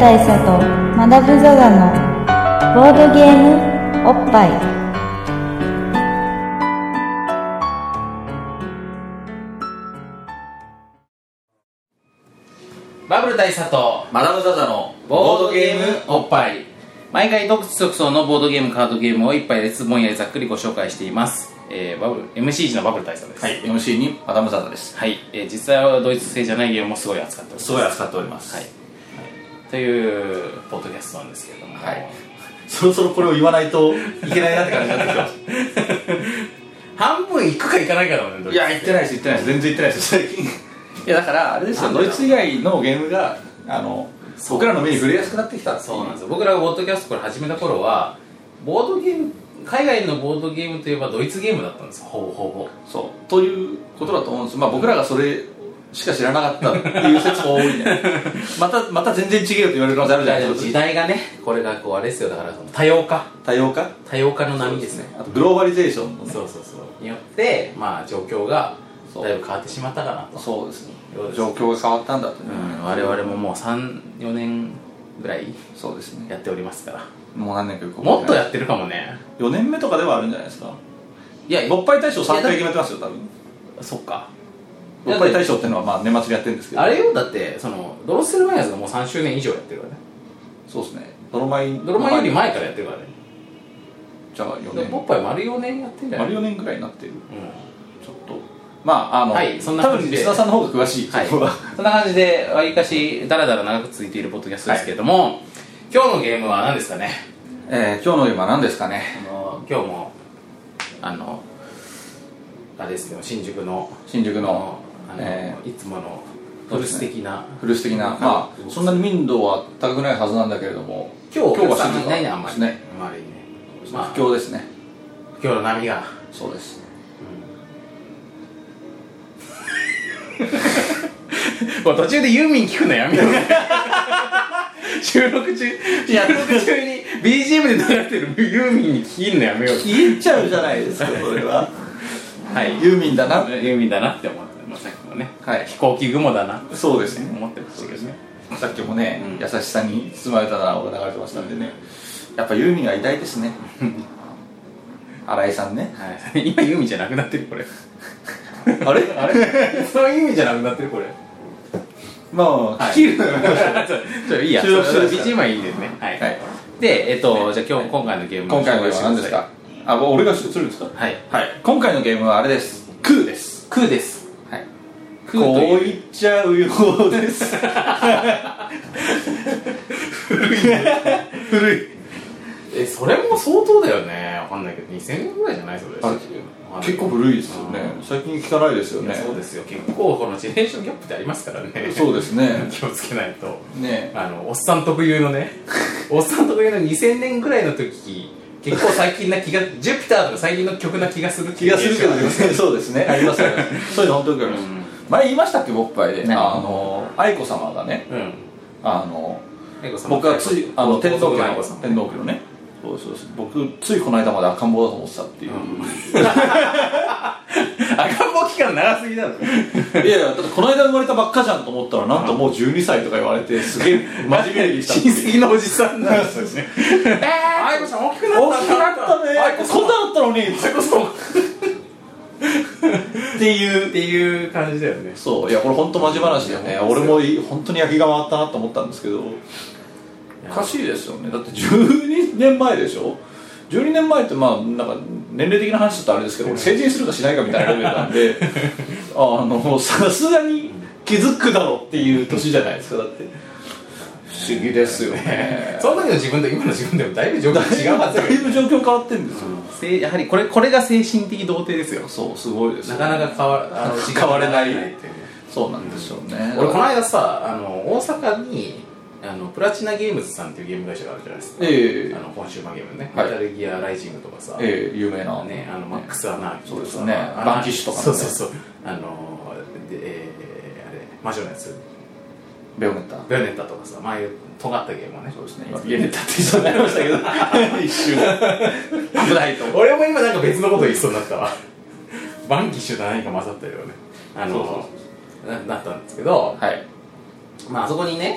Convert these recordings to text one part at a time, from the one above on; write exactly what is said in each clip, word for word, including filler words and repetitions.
大佐とマダム・ザ・ザのボードゲームおっぱい。 バブル大佐とマダム・ザ・ザのボードゲームおっぱい。毎回独自特装のボードゲームカードゲームを一杯でつぼんやりざっくりご紹介しています。えー、バブル エムシー 時のバブル大佐です。 はい、エムシー にマダム・ザ・ザです。 はい、えー、実際はドイツ製じゃないゲームもすごい扱っております。 すごい扱っております。 はい、はい、というポッドキャストなんですけれども、 はい、そろそろこれを言わないといけないなって感じになってきます半分いくかいかないかだもんね。 いや、言ってないです言ってないです全然言ってないです最近いやだからあれですよ、ドイツ以外のゲームがあの僕らの目に触れやすくなってきたっていう。 そうなんですよ。僕らがポッドキャストこれ始めた頃はボードゲーム、海外のボードゲームといえばドイツゲームだったんですよ、ほぼほぼ。 そうということだと思うんです。まあ僕らがそれしか知らなかったっていう説も多いねまたまた全然違うと言われる可能性あるじゃないですか。 時代がね、これがこうあれですよ、だからその多様化多様化多様化の波ですね。 あとグローバリゼーションの、ね、 そうそうそうによってまあ状況がだいぶ変わってしまったかなと。 そうですね、状況が変わったんだと、ね、 うん、我々ももうさん、よねんぐらいそうですねやっておりますから。 もう何年かよくもっとやってるかもね。 よねんめとかではあるんじゃないですか。 いや、 勃発大賞さんかい決めてますよ多分。 そっか。 勃発大賞っていうのはまあ年末にやってるんですけど、 あれよ、だってそのドロッセルマイヤーズがもうさんしゅうねん以上やってるからね。 そうですね、ドロマイドロマイより前からやってるからね。 じゃあよねん、 ポッパイ丸よねんやってんじゃない。 丸よねんぐらいになってる、 うん、 ちょっとまああの、 はい、そんな感じで多分リスナーさんの方が詳しい、 はい、 そこはそんな感じでわりかしだらだら長く続いているポッドキャストですけれども、はい、今日のゲームは何ですかね。 えー、今日のゲームは何ですかね。 あの今日もあのあれですね、新宿の新宿のあの、 えー、いつもの古巣的な、 フルス的な、まあそんなに民度は高くないはずなんだけれども、 今日今日は新宿いないね、あんまりね、 あんまりね、 まあ不況ですね。 不況の波が。 そうです、 うん、もう途中でユーミン聞くのやめよう収録中、収録中に ビージーエム で流れてるユーミンに聞いんのやめよう。 消えちゃうじゃないですかそれははい、 ユーミンだな、 ユーミンだなって思って、まあ、さっきもね、 はい、 飛行機雲だな、 そうですね、 思ってましたけどね。 さっきもね、 うん、 優しさに包まれたなが流れてましたんでね、やっぱユーミンは偉大ですね新井さんね、 はい、今ユーミンじゃなくなってるこれあれあれそのユーミンじゃなくなってるこれ。 まあ、 はい、 切るのよちょいいや、 収録してるビージーエム はいいですね。はい、 はい、 で、えっと、 ね、 じゃあ今日、今回のゲーム今回のゲームは何ですか。あ、俺がするんですか。 はい、 はい、今回のゲームはあれです。クーです。 クーです。 はい、 クーというこう言っちゃうようです古いね古い。 え、それも相当だよね。わかんないけどにせんねんぐらいじゃないそれ。 結構古いですよね。最近聞かないですよね。 そうですよ。結構このジェネレーションギャップってありますからね。 そうですね気をつけないとね。 あのおっさん特有のねおっさん特有のにせんねんぐらいの時結構最近な気がジュピターとか最近の曲な気がする気がするけどね。そうですね、ありますよねそういうの本当にあります、うん、前言いましたっけ、ボッパイで、あの愛子様がね、うん、あの僕はついあの天皇家の天皇家のね、そうそうそう、僕ついこの間まで赤ん坊だと思ってたっていう、うん、赤ん坊期間長すぎだろいやいや、だってこの間生まれたばっかじゃんと思ったらなんともうじゅうにさいとか言われて、すげえ真面目にした親戚のおじさんなんですねえー愛子さん大きくなった大きくなったね愛子こんなだったのに愛子さんっていうっていう感じだよね。 そう、いやこれ本当マジ話だよね。俺も本当に焼きが回ったなと思ったんですけど、おかしいですよね。だってじゅうにねんまえでしょ。じゅうにねんまえってまあなんか年齢的な話だとあれですけど、俺成人するかしないかみたいなレベルなんであのさすがに気づくだろうっていう年じゃないですか。だって不思議ですよねその時の自分と今の自分でもだいぶ状況違うはずだいぶ状況変わってるんですよ、 うん、やはりこれこれが精神的童貞ですよ。 そう、すごいですよ、 ね、なかなか変わあの変われないっていう。 そうなんですよね、 うん、俺この間さ、あの大阪にあのプラチナゲームズさんっていうゲーム会社があるじゃないですか、えー、あのコンシューマーゲームね、メタルギアライジングとかさ、 えー、有名な、 ね、あのマックスアナーキーとかさ、 そうですね、バンキッシュとか、ね、 そうそうそう、あので、えー、あれ魔女のやつベヨネッタベヨネッタとかさ、まあいう尖ったゲームはね、 そうですね、今ベヨネッタって言いそうになりましたけど一瞬危ないと俺も今なんか別のこと言いそうになったわバンキッシュと何か混ざったよね、あのそうそうそう な, なったんですけど、 はい、 まああそこにね、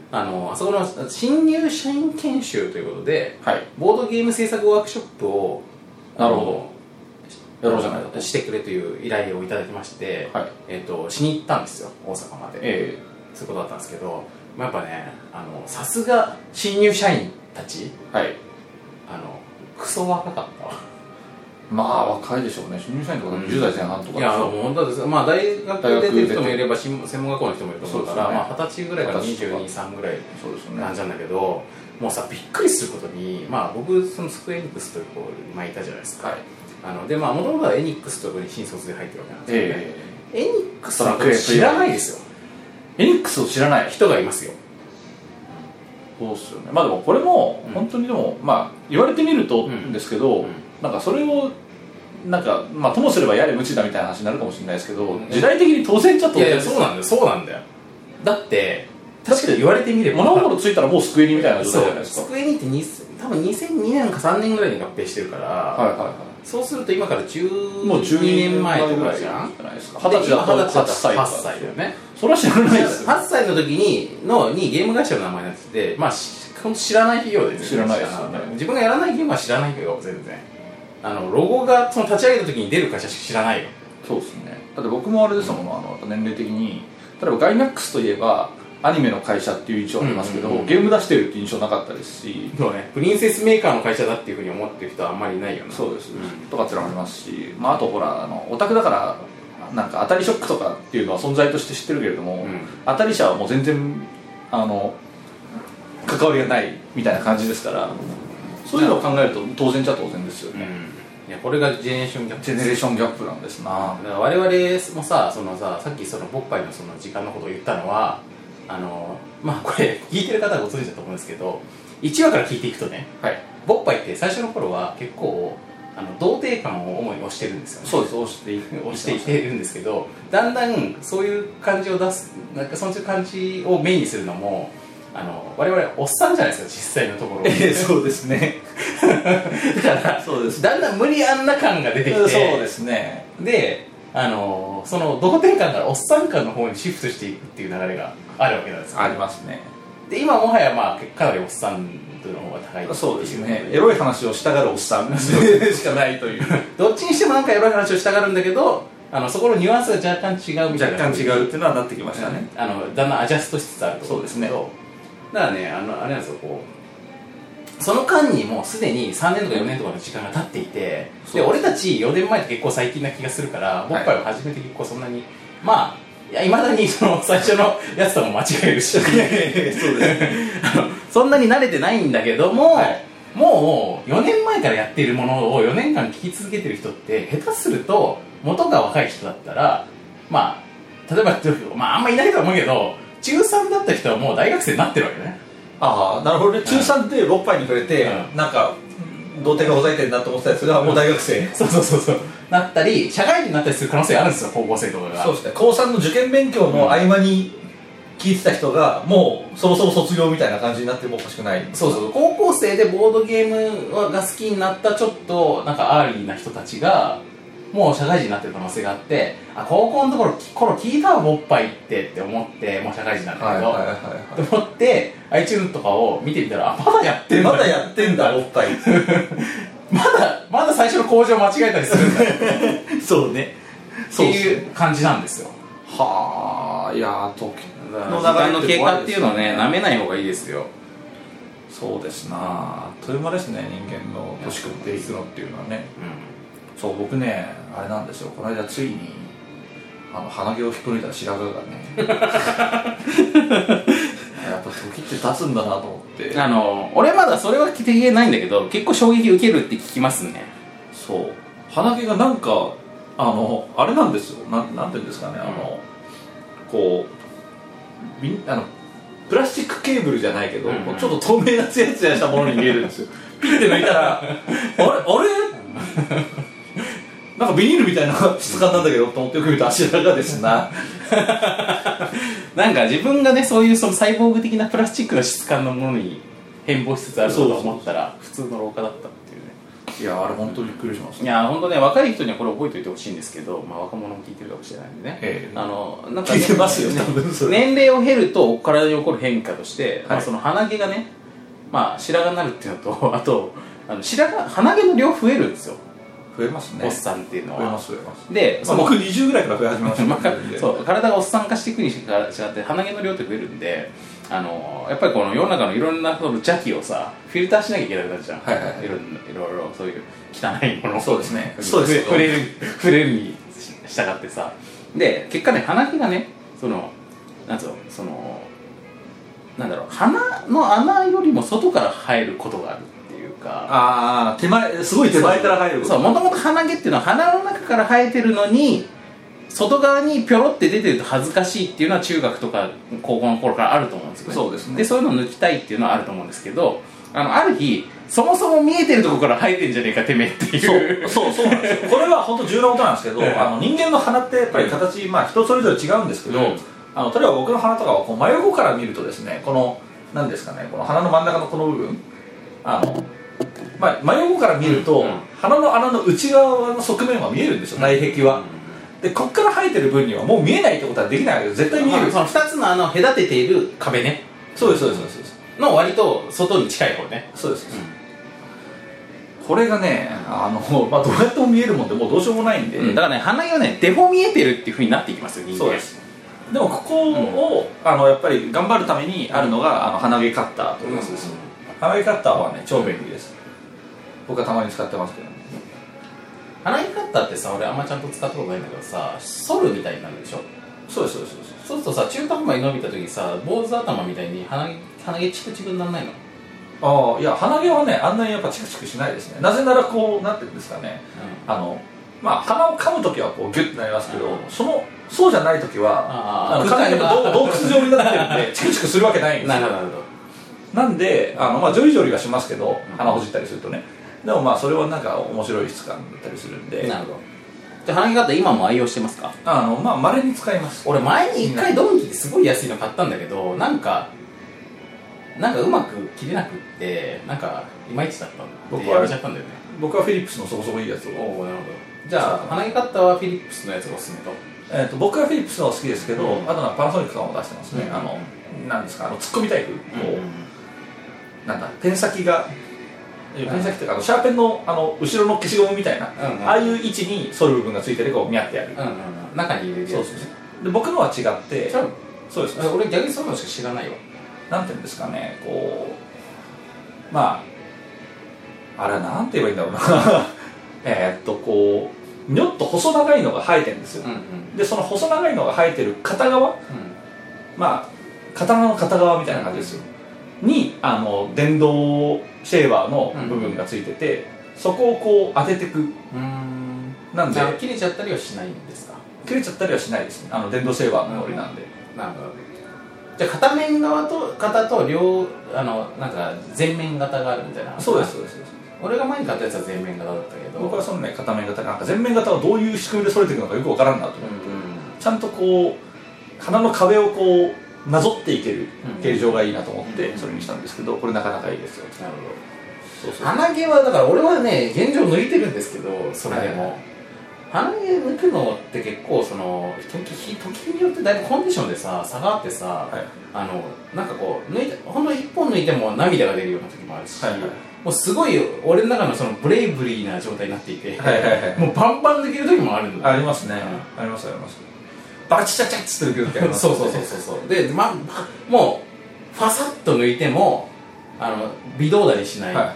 あのあそこの新入社員研修ということで、 はい、 ボードゲーム制作ワークショップをなるほどやろうじゃないかとしてくれという依頼をいただきまして、はい、えー、としに行ったんですよ、大阪まで、えー、そういうことだったんですけど、まあ、やっぱね、さすが新入社員たち、はい、あのクソ若かったわ。 まあ若いでしょうね、新入社員とかにじゅう代前半とか、 いやもう本当です。まあ大学出てる人もいれば専門学校の人もいると思うから、まあ二十歳ぐらいからにじゅうに、さんぐらいなんじゃんだけど、もうさびっくりすることに、まあ僕そのスクエニックスという子前いたじゃないですか。はい、あのでまあ元々はエニックスというところに新卒で入ってるわけなんですけどね。えー、エニックスのこと知らないですよ。 エニックスを知らない人がいますよ。 そうっすよね。まあでもこれも本当にでも、うん、まあ言われてみるとですけど、うんうん、なんかそれをなんかまあともすればやれ無知だみたいな話になるかもしれないですけど、うん、時代的に当然っちゃ当然です。 いやいやそうなんだよ、そうなんだよ。だって確かに言われてみれば物心ついたらもうスクエニみたいな状態じゃないですか。 スクエニってに多分にせんにねんかさんねんぐらいに合併してるから、はいはいはい、そうすると今からじゅうにねんまえとかじゃん。はたちだとはっさいはっさいだよね。 それは知らないですよ。 はっさいの時にのにゲーム会社の名前になってて、まあ知らない企業で知らないですよね。 自分がやらないゲームは知らないけど全然。あのロゴがその立ち上げた時に出る会社しか知らないよ。 そうですね。だって僕もあれですもん、あの年齢的に例えばガイナックスといえばアニメの会社っていう印象ありますけど、うんうんうん、ゲーム出してるっていう印象なかったですし、 そうね、プリンセスメーカーの会社だっていうふうに思ってる人はあんまりいないよね。 そうです、うん、とかってのもありますし、まあ、あとほらあのオタクだからなんか当たりショックとかっていうのは存在として知ってるけれども、うん、当たり社はもう全然あの関わりがないみたいな感じですから、そういうのを考えると当然じゃ当然ですよね。 うん、いやこれがジェネレーションギャップ。 ジェネレーションギャップなんですな。 だから我々もさ、そのさ、さっきそのボッパイのその時間のことを言ったのは、あのまあこれ聞いてる方はご存知だと思うんですけど、いちわから聞いていくとね、はい、ボッパイって最初の頃は結構あの童貞感を主に推してるんですよね。 そうです、推してい推していてるんですけど、だんだんそういう感じを出す、なんかそういう感じをメインにするのも、あの我々おっさんじゃないですか、実際のところ。 えー、そうですね。 だからそうです、だんだん無理あんな感が出てきて、そうですね。 で、あのその童貞感からおっさん感の方にシフトしていくっていう流れがあるわけなんですよ、ね。 ありますね。 で今もはやまあかなりおっさんというの方が高い。 そうですね。エロい話をしたがるおっさんしかないという。 どっちにしてもなんかエロい話をしたがるんだけど、あのそこのニュアンスが若干違うみたいな。 若干違うっていうのはなってきましたね。 あのだんだんアジャストしつつあるとそうですね。 だからね、あのあれなんですよ、こうその間にもうすでにさんねんとかよねんとかの時間が経っていて、で俺たちよねんまえって結構最近な気がするから、ボッパイを始めて結構そんなに、まあいや、いまだにその最初のやつとも間違えるしそうですそんなに慣れてないんだけども、はい、もうよねんまえからやっているものをよねんかん聞き続けてる人って下手すると元が若い人だったら、まあ例えば、まあ、あんまいないと思うけど中さんだった人はもう大学生になってるわけね。 ああ、なるほどね。中さんでボッパイに触れて、うん、なんか童貞がほざいてるなと思ってたやつがもう大学生、 うん、そうそうそうそうなったり社会人になったりする可能性があるんですよ、高校生とかが。 そうですね。高さんの受験勉強の合間に聞いてた人がもうそろそろ卒業みたいな感じになってもおかしくない。 そうそう、高校生でボードゲームが好きになったちょっとなんかアーリーな人たちがもう社会人になってる可能性があって、あ、高校のところ頃聞いたわボッパイってって思ってもう社会人なんだけど、と思って iTunes とかを見てみたら、あ、まだやってんだまだやってんだボッパイまだまだ最初の工場間違えたりするんだよそうねっていう感じなんですよ。 はあ、いやー、時の時間の経過っていうのをね、なめない方がいいですよ。 そうですな、あっという間ですね、人間の年食っていくのっていうのはね、うん、そう、僕ね、あれなんですよ、この間ついにあの鼻毛を引っこ抜いた白髪がねやっぱ時って経つんだなと思って、 あの俺まだそれは聞けないんだけど、結構衝撃受けるって聞きますね。 そう、鼻毛がなんかあのあれなんですよ、な ん, なんていうんですかね、あの、うん、こうみあのプラスチックケーブルじゃないけど、うんうん、ちょっと透明なツヤツヤしたものに見えるんですよピッて抜いたらあれあれなんかビニールみたいな質感なんだけどと思ってよく見ると足長がですななんか自分がね、そういうそのサイボーグ的なプラスチックの質感のものに変貌しつつあると思ったら普通の廊下だったっていうね。 いやあれ本当にびっくりします、 いや本当ね、若い人にはこれ覚えておいてほしいんですけど、まあ、若者も聞いてるかもしれないんでね、えー、あのなんか、ね、 聞いてますよ、ね、多分それ年齢を経ると体に起こる変化として、 はい、 まあ、その鼻毛がね、まあ、白髪になるっていうのと、あとあの白髪鼻毛の量増えるんですよ。 増えますね、 おっさんっていうのは増えます増えますで、 まあ、僕にじゅうぐらいから増え始めました、ね、 そう体がおっさん化していくに違って鼻毛の量って増えるんで、あのやっぱりこの世の中のいろんな邪気をさフィルターしなきゃいけなくなるじゃん、 はいはいはい、 いろいろそういう汚いものをそうですねそうです触れる触れるに従ってさ、で結果ね鼻毛がねそのなんつうのそのなんだろう鼻の穴よりも外から生えることがあるっていうか、 ああ手前すごい手前から生えるそうもともと鼻毛っていうのは鼻の中から生えてるのに外側にピョロって出てると恥ずかしいっていうのは中学とか高校の頃からあると思うんですよね。 そうですね。 でそういうのを抜きたいっていうのはあると思うんですけど、あのある日そもそも見えてるところから生えてんじゃねえかてめえっていうそうそうそうなんですよこれは本当重要なことなんですけどあの人間の鼻ってやっぱり形、まあ、人それぞれ違うんですけど、うん、あの例えば僕の鼻とかはこう真横から見るとですね、この何ですかね、この鼻の真ん中のこの部分あの、まあ、真横から見ると、うんうん、鼻の穴の内側の側面は見えるんですよ、内壁は、うん、でこっから生えてる分にはもう見えないってことはできないわけです。絶対見える、 まあ、そのふたつの穴を隔てている壁ね。 そうですそうですそうですの割と外に近い方ね。 そうです、うん、これがねあの、まあ、どうやっても見えるもんでもうどうしようもないんで、 うん、だからね鼻毛はねデフォ見えてるっていうふうになっていきますよ人間。 そうです。でもここを、うん、あのやっぱり頑張るためにあるのがあの鼻毛カッターというやつです、うん、鼻毛カッターはね超便利です。僕はたまに使ってますけど、ね、 鼻毛カッターってさ俺あんまちゃんと使ったことないんだけどさ剃るみたいになるでしょ。 そうですそうですそうするとさ中途半端に伸びた時さ坊主頭みたいに鼻毛鼻毛チクチクにならないの？ ああいや鼻毛はねあんなにやっぱチクチクしないですね。なぜならこうなってるんですかね、うん、あのまあ鼻を噛む時はこうギュッとなりますけど、うん、そのそうじゃない時はあの完全に洞窟状になってるんでチクチクするわけないんですよ。 なるほど。 なんであの、まあ、ジョリジョリはしますけど鼻ほじったりするとね、でもまあそれはなんか面白い質感だったりするんで。 なるほど。で鼻毛カッター今も愛用してますか？ あのまあ稀に使います。 俺前に一回ドンキですごい安いの買ったんだけどなんかなんかうまく切れなくってなんかいまいちだったんで僕はやめちゃったんだよね。 僕はフィリップスのそこそこいいやつを。 おおなるほど。じゃあ鼻毛カッターはフィリップスのやつがおすすめと。 えー、と僕はフィリップスの好きですけど、うん、あとはパナソニックとかも出してますね、うん、あのなんですかあの突っ込みタイプ、うん、なんだペン先が、うん、ペン先っていうかあのシャーペンのあの後ろの消しゴムみたいな、うんうん、ああいう位置に反る部分がついてるこうミャってやる、うんうんうん、 中に入れるやつ。 そうそうそうで僕のは違ってそうです俺逆にそういうのしか知らないよ。 なんていうんですかねこうまああれはなんて言えばいいんだろうなえっとこうにょっと細長いのが生えてるんですよ、うんうん、でその細長いのが生えてる片側、うん、まあ刀の片側みたいな感じですよ、うん、にあの電動シェーバーの部分がついてて、うん、そこをこう当てていく。うーんなんで切れちゃったりはしないんですか？ 切れちゃったりはしないですね。あの電動シェーバーのノリなんで、 うん、なるほど。じゃあ片面側と片と両あのなんか全面型があるみたいな。 そうですそうです。 俺が前に買ったやつは全面型だったけど僕はそのね片面型なんか全面型はどういう仕組みでそれていくのかよくわからんなと思って、うんうん、ちゃんとこう鼻の壁をこうなぞっていける形状がいいなと思ってそれにしたんですけど、これなかなかいいですよ。 なるほど。そうそう鼻毛はだから俺はね現状抜いてるんですけどそれでも、はい、鼻毛抜くのって結構その時, 時によってだいぶコンディションでさ差があってさ、はい、あのなんかこう抜いてほんといっぽん抜いても涙が出るような時もあるし、はいはい、もうすごい俺の中のそのブレイブリーな状態になっていて、はいはいはい、もうバンバン抜ける時もあるんだ。 ありますね、うん、ありますあります。バチチャチャッつって抜ける時あります、 ね、そうそうそうそうで、ま、もうファサッと抜いてもあの微動だにしない、はいはい、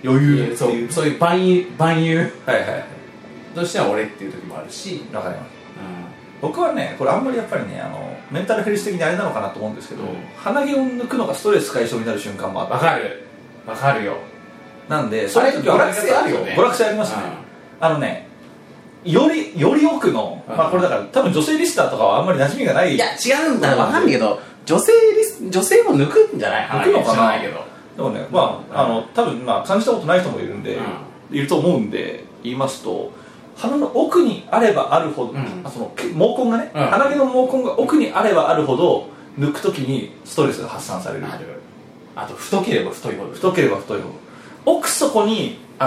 余裕そういうそういう万有万有はいはいとしては俺っていう時もあるし。 わかります、うん、僕はねこれあんまりやっぱりねあのメンタルヘルス的にあれなのかなと思うんですけど、うん、鼻毛を抜くのがストレス解消になる瞬間もあって。 わかるわかるよ。 なんでそういう時は娯楽性あるよね。 娯楽性ありますね、うん、あのねよりより奥の、うん、まあこれだから多分女性リスターとかはあんまり馴染みがない。 いや違うんだわかんないけど女性リス女性も抜くんじゃない？ 抜くのかな。 知らないけどでもねまあ、うん、あの多分まあ感じたことない人もいるんで、うん、いると思うんで言いますと鼻の奥にあればあるほど、うん、その毛根がね、うん、鼻毛の毛根が奥にあればあるほど抜くときにストレスが発散される。 あと太ければ太いほど太ければ太いほど奥底にあの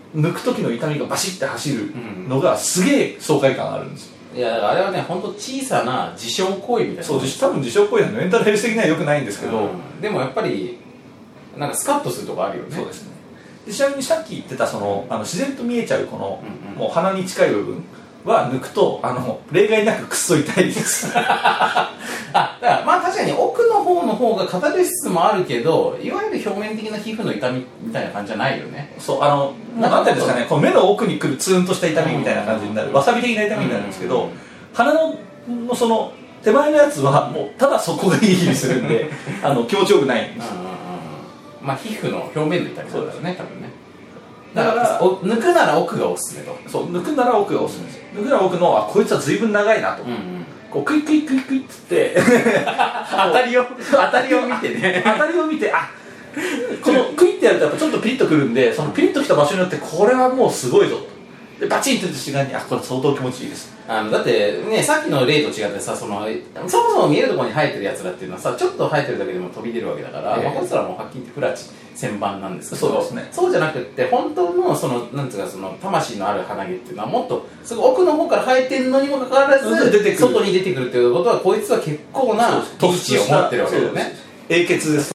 抜く時の痛みがバシッて走るのがすげえ爽快感あるんですよ。 いやだからあれはね本当小さな自傷行為みたいな。 そう多分自傷行為なんでメンタルヘルス的には良くないんですけど、 うん、でもやっぱりなんかスカッとするとこあるよね。 そうですね。でちなみにさっき言ってたそのあの自然と見えちゃうこの、 うんうん、 もう鼻に近い部分は抜くとあの例外なくくっそ痛いですあだからまあ確かに奥の方の方がカタルシスもあるけどいわゆる表面的な皮膚の痛みみたいな感じじゃないよね。 そうあのもうなんていうんですかねこう目の奥に来るツーンとした痛みみたいな感じになるわさび的な痛みになるんですけど、鼻ののその手前のやつはもうただそこがヒリヒリするんであの気持ちよくないんですよ。 まあ皮膚の表面の痛みだからね多分ね。だから抜くなら奥がおすすめと。 そう抜くなら奥がおすすめです。抜くなら奥のあこいつは随分長いなと、うんうん、こうクイクイクイクイっつって当たりを当たりを見てね当たりを見てあこのクイってやるとやっぱちょっとピリッとくるんでそのピリッときた場所によってこれはもうすごいぞでバチンと言った瞬間にあこれ相当気持ちいいです。 あのだってねさっきの例と違ってさそのそもそも見えるところに生えてるやつらっていうのはさちょっと生えてるだけでも飛び出るわけだから、えーまあ、こいつらもはっきり言ってフラチ旋盤なんですけどそうですね、 そうじゃなくって本当のそのなんつうかその魂のある鼻毛っていうのはもっとすごい奥の方から生えてるのにもかかわらず出てくる外に出てくるっていうことはこいつは結構なリーチを持ってるわけだよね。 英傑です。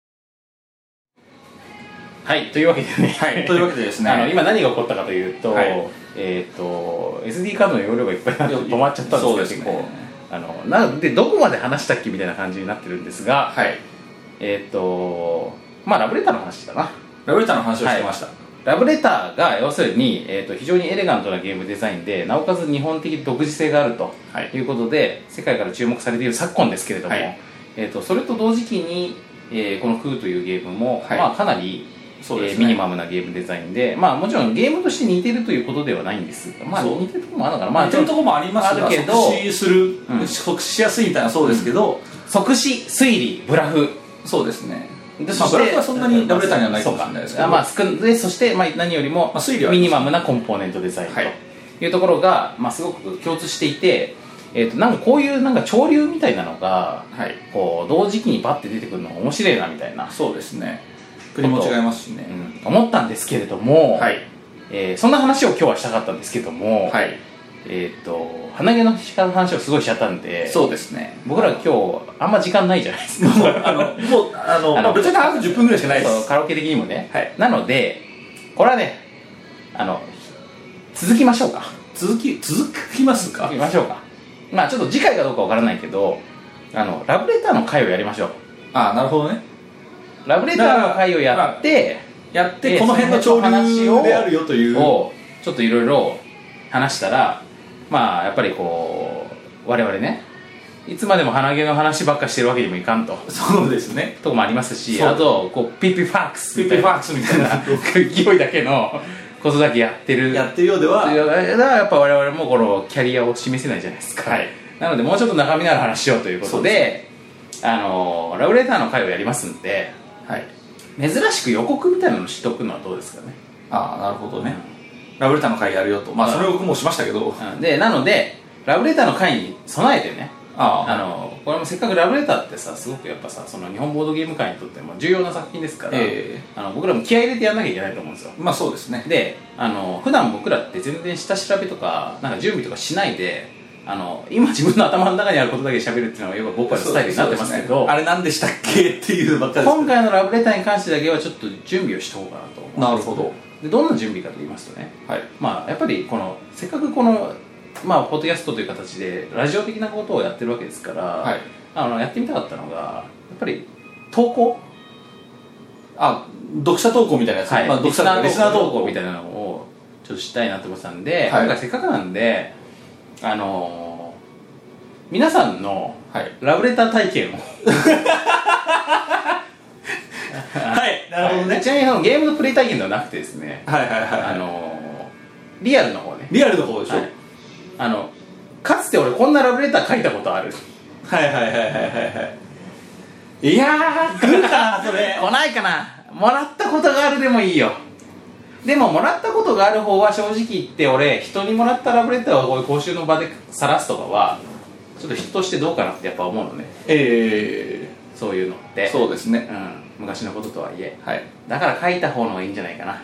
はいというわけでね、 はい、というわけでですねあの今何が起こったかというと、はい、えっ、ー、と エスディー カードの容量がいっぱいなって止まっちゃったんですけど結構あのなんでどこまで話したっけみたいな感じになってるんですが、はい、えっ、ー、とまあラブレターの話だな。 ラブレターの話をしてました、はい、 ラブレターが要するに、えー、と非常にエレガントなゲームデザインでなおかつ日本的独自性があるということで、はい、世界から注目されている昨今ですけれども、はい、えー、とそれと同時期に、えー、このクーというゲームも、はい、まあ、かなりそうですね、えー、ミニマムなゲームデザインで、まあ、もちろんゲームとして似てるということではないんですが、まあ、似てるところもあるのかな、まあ、 似てるところもありますが、 けど即死する、うん、即死しやすいみたいなそうですけど、うん、 即死、推理、ブラフ、 そうですね。でそして、まあ、ブラフはそんなにラブレターにはないかもしれないですけど、 まあ、でそして、まあ、何よりも、まあ、推理はミニマムなコンポーネントデザインというところが、まあ、すごく共通していて、えー、となんかこういうなんか潮流みたいなのが、はい、こう同時期にバッて出てくるのが面白いなみたいな。 そうですね。国も違いますしね、 うん、思ったんですけれども、はい、えー、そんな話を今日はしたかったんですけども、はい、えー、と鼻毛の話をすごいしちゃったんで、 そうですね、 僕ら今日あんま時間ないじゃないですか。 もうあのもうあのあの別にあとじゅっぷんぐらいしかないです。 そうカラオケ的にもね、はい、なのでこれはねあの続きましょうか。 続き続きますか。 続きましょうか。まあちょっと次回かどうかわからないけどあのラブレターの回をやりましょう。 ああなるほどね。 ラブレターの回をやって、 まあ、やってこの辺の潮流であるよというをちょっといろいろ話したら、まあやっぱりこう我々ねいつまでも鼻毛の話ばっかしてるわけにもいかんと。 そうですね。 とこもありますし、あとこうピッピファックスピッピファックスみたいな勢いだけのことだけやってるやってるようでは、 だからやっぱ我々もこのキャリアを示せないじゃないですか。はい、なのでもうちょっと中身のある話しようということで、あのラブレターの回をやりますんで。はい、珍しく予告みたいなの知っておくのはどうですかね。 ああなるほどね、うん、ラブレターの回やるよと、まあそれを僕もしましたけど、 うん、でなのでラブレターの回に備えてね、ああのこれもせっかくラブレターってさすごくやっぱさその日本ボードゲーム界にとっても重要な作品ですから、えー、あの僕らも気合い入れてやんなきゃいけないと思うんですよ。 まあそうですね。 であの普段僕らって全然下調べとかなんか準備とかしないであの今自分の頭の中にあることだけ喋るっていうのがいわば僕らのスタイルになってますけど、 ね、あれ何でしたっけっていうばっかりです。 今回のラブレターに関してだけはちょっと準備をしておこうかなと思うんです。 なるほど。 でどんな準備かと言いますとね、はい、まあやっぱりこのせっかくこのまあポッドキャストという形でラジオ的なことをやってるわけですから、はい、あのやってみたかったのがやっぱり投稿、 あ読者投稿みたいなやつ、 はいまあ、 リスナー投稿みたいなのをちょっとしたいなと思ってたんで、はい、今回せっかくなんであのー、皆さんのラブレター体験を、 はい、なるほどね。 ちなみにそのゲームのプレイ体験ではなくてですね、 はいはいはい、 あのー、リアルの方ね。 リアルの方でしょ、はい、 あのかつて俺こんなラブレター書いたことある。 はいはいはいはいはいはいいやー来るかなそれ来ないかな。もらったことがあるでもいいよ。でももらったことがある方は正直言って俺人にもらったラブレターをこういう講習の場で晒すとかはちょっと人としてどうかなってやっぱ思うのね。 えー、 そういうのってそうですね、 うん、昔のこととはいえ、 はい、 だから書いた方の方がいいんじゃないかな。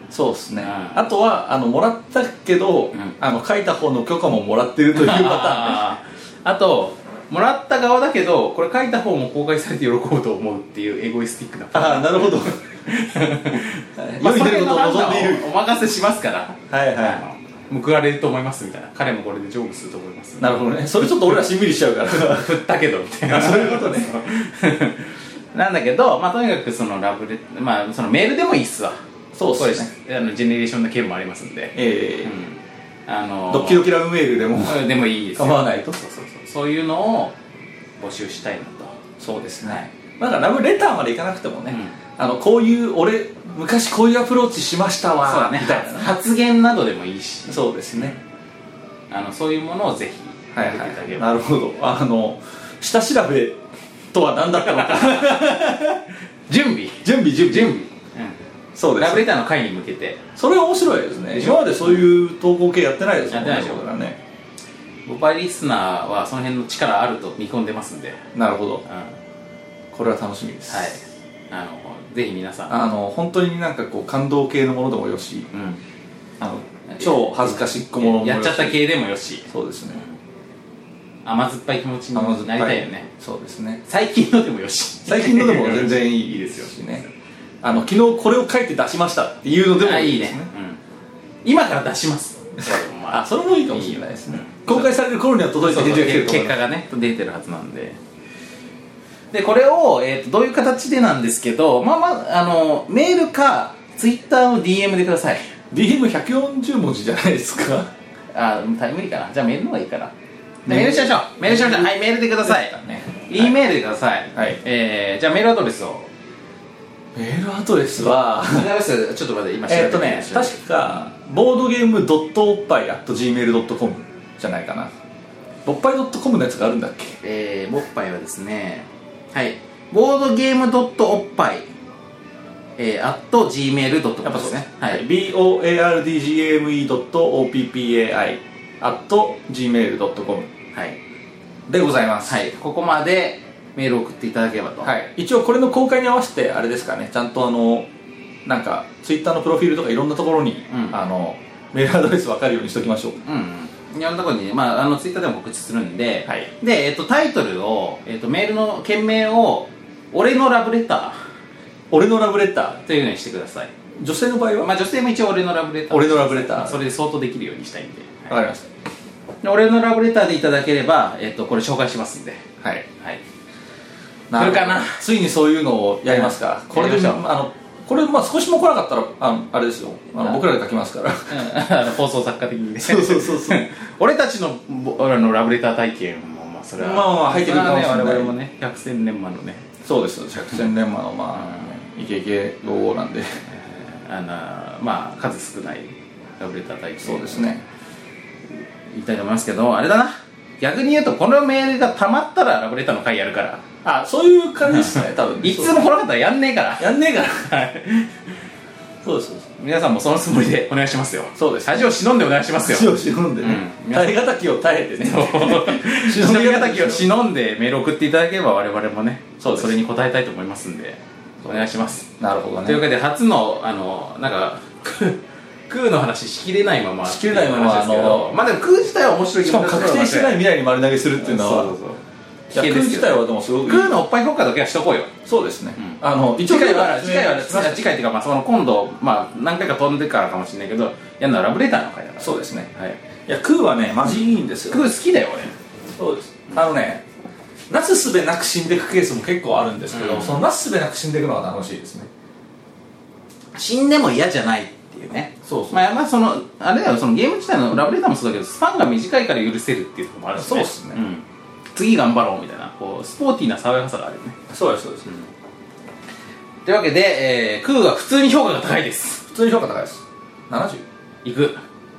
そうですね、 うんあとはあのもらったけど、 んあの書いた方の許可ももらってるというパターンねあーあともらった側だけどこれ書いた方も公開されて喜ぶと思うっていうエゴイスティックなパターンああなるほどまあ、 世に出ることを望んでいその辺の判る断をお任せしますからはいはいあの報われると思いますみたいな彼もこれで成仏すると思いますなるほどねそれちょっと俺らしんみりしちゃうから振ったけどみたいなそういうことねなんだけど、まあ、とにかくそのラブレ、まあ、そのメールでもいいっすわそうっすねこれあのジェネレーションの件もありますんで、 ええうんあのー、 ドッキドキラブメールでもでもいいですよ構わないとそうそうそうそういうのを募集したいなとそうですね、 はいなんかラブレターまでいかなくてもね、 うんあのこういう俺昔こういうアプローチしましたわそうだねみたいなね発言などでもいいしそうですねあのそういうものをぜひはいはいやっていただければ、 なるほどあの下調べとは何だったのか準備準備準備準備、うんそうですラブレターの会に向けてそれは面白いですねでしょ今までそういう投稿系やってないですもんねやってないでしょ僕らねボパイリスナーはその辺の力あると見込んでますんで、うん、 なるほどはいこれは楽しみですあのぜひ皆さんあの本当になんかこう感動系のものでもよしうんあの超恥ずかしっこものもよしやっちゃった系でもよしそうですね甘酸っぱい気持ちに甘酸っぱなりたいよねそうですね最近のでもよし最近のでも全然いいですよしねあの昨日これを書いて出しましたっていうのでもあいいねいいですねうん、今から出しますあそれもいいかもしれないですね公開される頃には届いてそうそう返事が来てると思います結果がね出てるはずなんででこれを、えー、とどういう形でなんですけどまあまああのメールかツイッターの ディーエム でくださいディーエムひゃくよんじゅう 文字じゃないですかあタイムリーかなじゃあメールの方がいいかなメールしましょうメールしましょうはいメールでください、 ね E メールでください、 はいえー、じゃあメールアドレスをメールアドレスはメールアドレスちょっと待って今調べてえっとね確かボードゲームドットおっぱい アットジーメールドットコム じゃないかなおっぱい .com のやつがあるんだっけえー、おっぱいはですねはいボードゲームドットおっぱいえー、アット ジーメールドットコム ですねはいビーオーエーアールディージーエーエムイードットオーピーピーエーアイ アット ジーメールドットコムはいでございますはいここまでメールを送っていただければとはい、一応これの公開に合わせてあれですかねちゃんとあのなんかツイッターのプロフィールとかいろんなところに、 うんあのメールアドレス分かるようにしときましょううんいろんなところに、まあ、あのツイッターでも告知するんで、 はいで、えっと、タイトルを、えっと、メールの件名を「俺のラブレタ俺のラブレター」というふうにしてください、 ー女性の場合は、 まあ、女性も一応俺のラブレター俺のラブレターまあそれで相当できるようにしたいんで、 分かりましで俺のラブレターでいただければ、えっと、これ紹介しますんで、 たはいはい、 なるほど来るかなついにそういうのをやりますか、 うんこれでやりましょうあのこれ、まあ、少しも来なかったらあのあれですよあの僕らで書きますからうんあの放送作家的にねそうそうそうそう俺たちのぼ俺らのラブレター体験もまあそれはまあまあ入ってくるかもしれないそはね我々もね百戦錬磨のねそうです百戦錬磨のまあイケイケ老後なんであのまあ数少ないラブレター体験そうですね言いたいと思いますけどあれだな逆に言うとこのメールがたまったらラブレターの回やるからあそういう感じですね多分いつも来なかったらやんねえからやんねえからそうですそうです皆さんもそのつもりでお願いしますよそうです恥を忍んでお願いしますよ死を忍んでね、 うん耐え難きを耐えてね忍び敵を忍んでメールを送っていただければ我々もねそうですそれに応えたいと思いますんでお願いしますなるほどねというわけで初のあのなんかクーの話しきれないまましきれないままってう話ですけどあのまあでもクー自体は面白いしかも確定してない未来に丸投げするっていうのはそうそうそういやクー自体はでもすごくクーのおっぱい評価だけはしとこうよそうですね、 うんあの次回は次回は説明します次回っていうかまあその今度まあ何回か飛んでからかもしれないけどやるのはラブレターの回だからそうですねはいいやクーはねマジいいんですよクー好きだよ俺そうですあのねなすすべなく死んでいくケースも結構あるんですけど、 うんそのなすすべなく死んでいくのが楽しいですね死んでも嫌じゃないっていうねそうそうまあまあそのあれだよそのゲーム自体のラブレターもそうだけどスパンが短いから許せるっていうところもあるしねそうっすねん次頑張ろうみたいなこうスポーティーな爽やかさがあるよねそうですそうです、 というわけで、えー、クーは普通に評価が高いです普通に評価高いですななじゅういく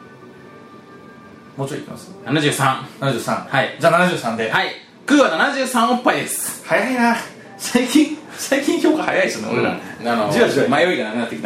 もうちょいいきますななじゅうさんななじゅうさんはいじゃあななじゅうさんではいクーはななじゅうさんおっぱいです早いな最近最近評価早いですね俺ら、 あのじわじわ迷いがなくなってきたねそう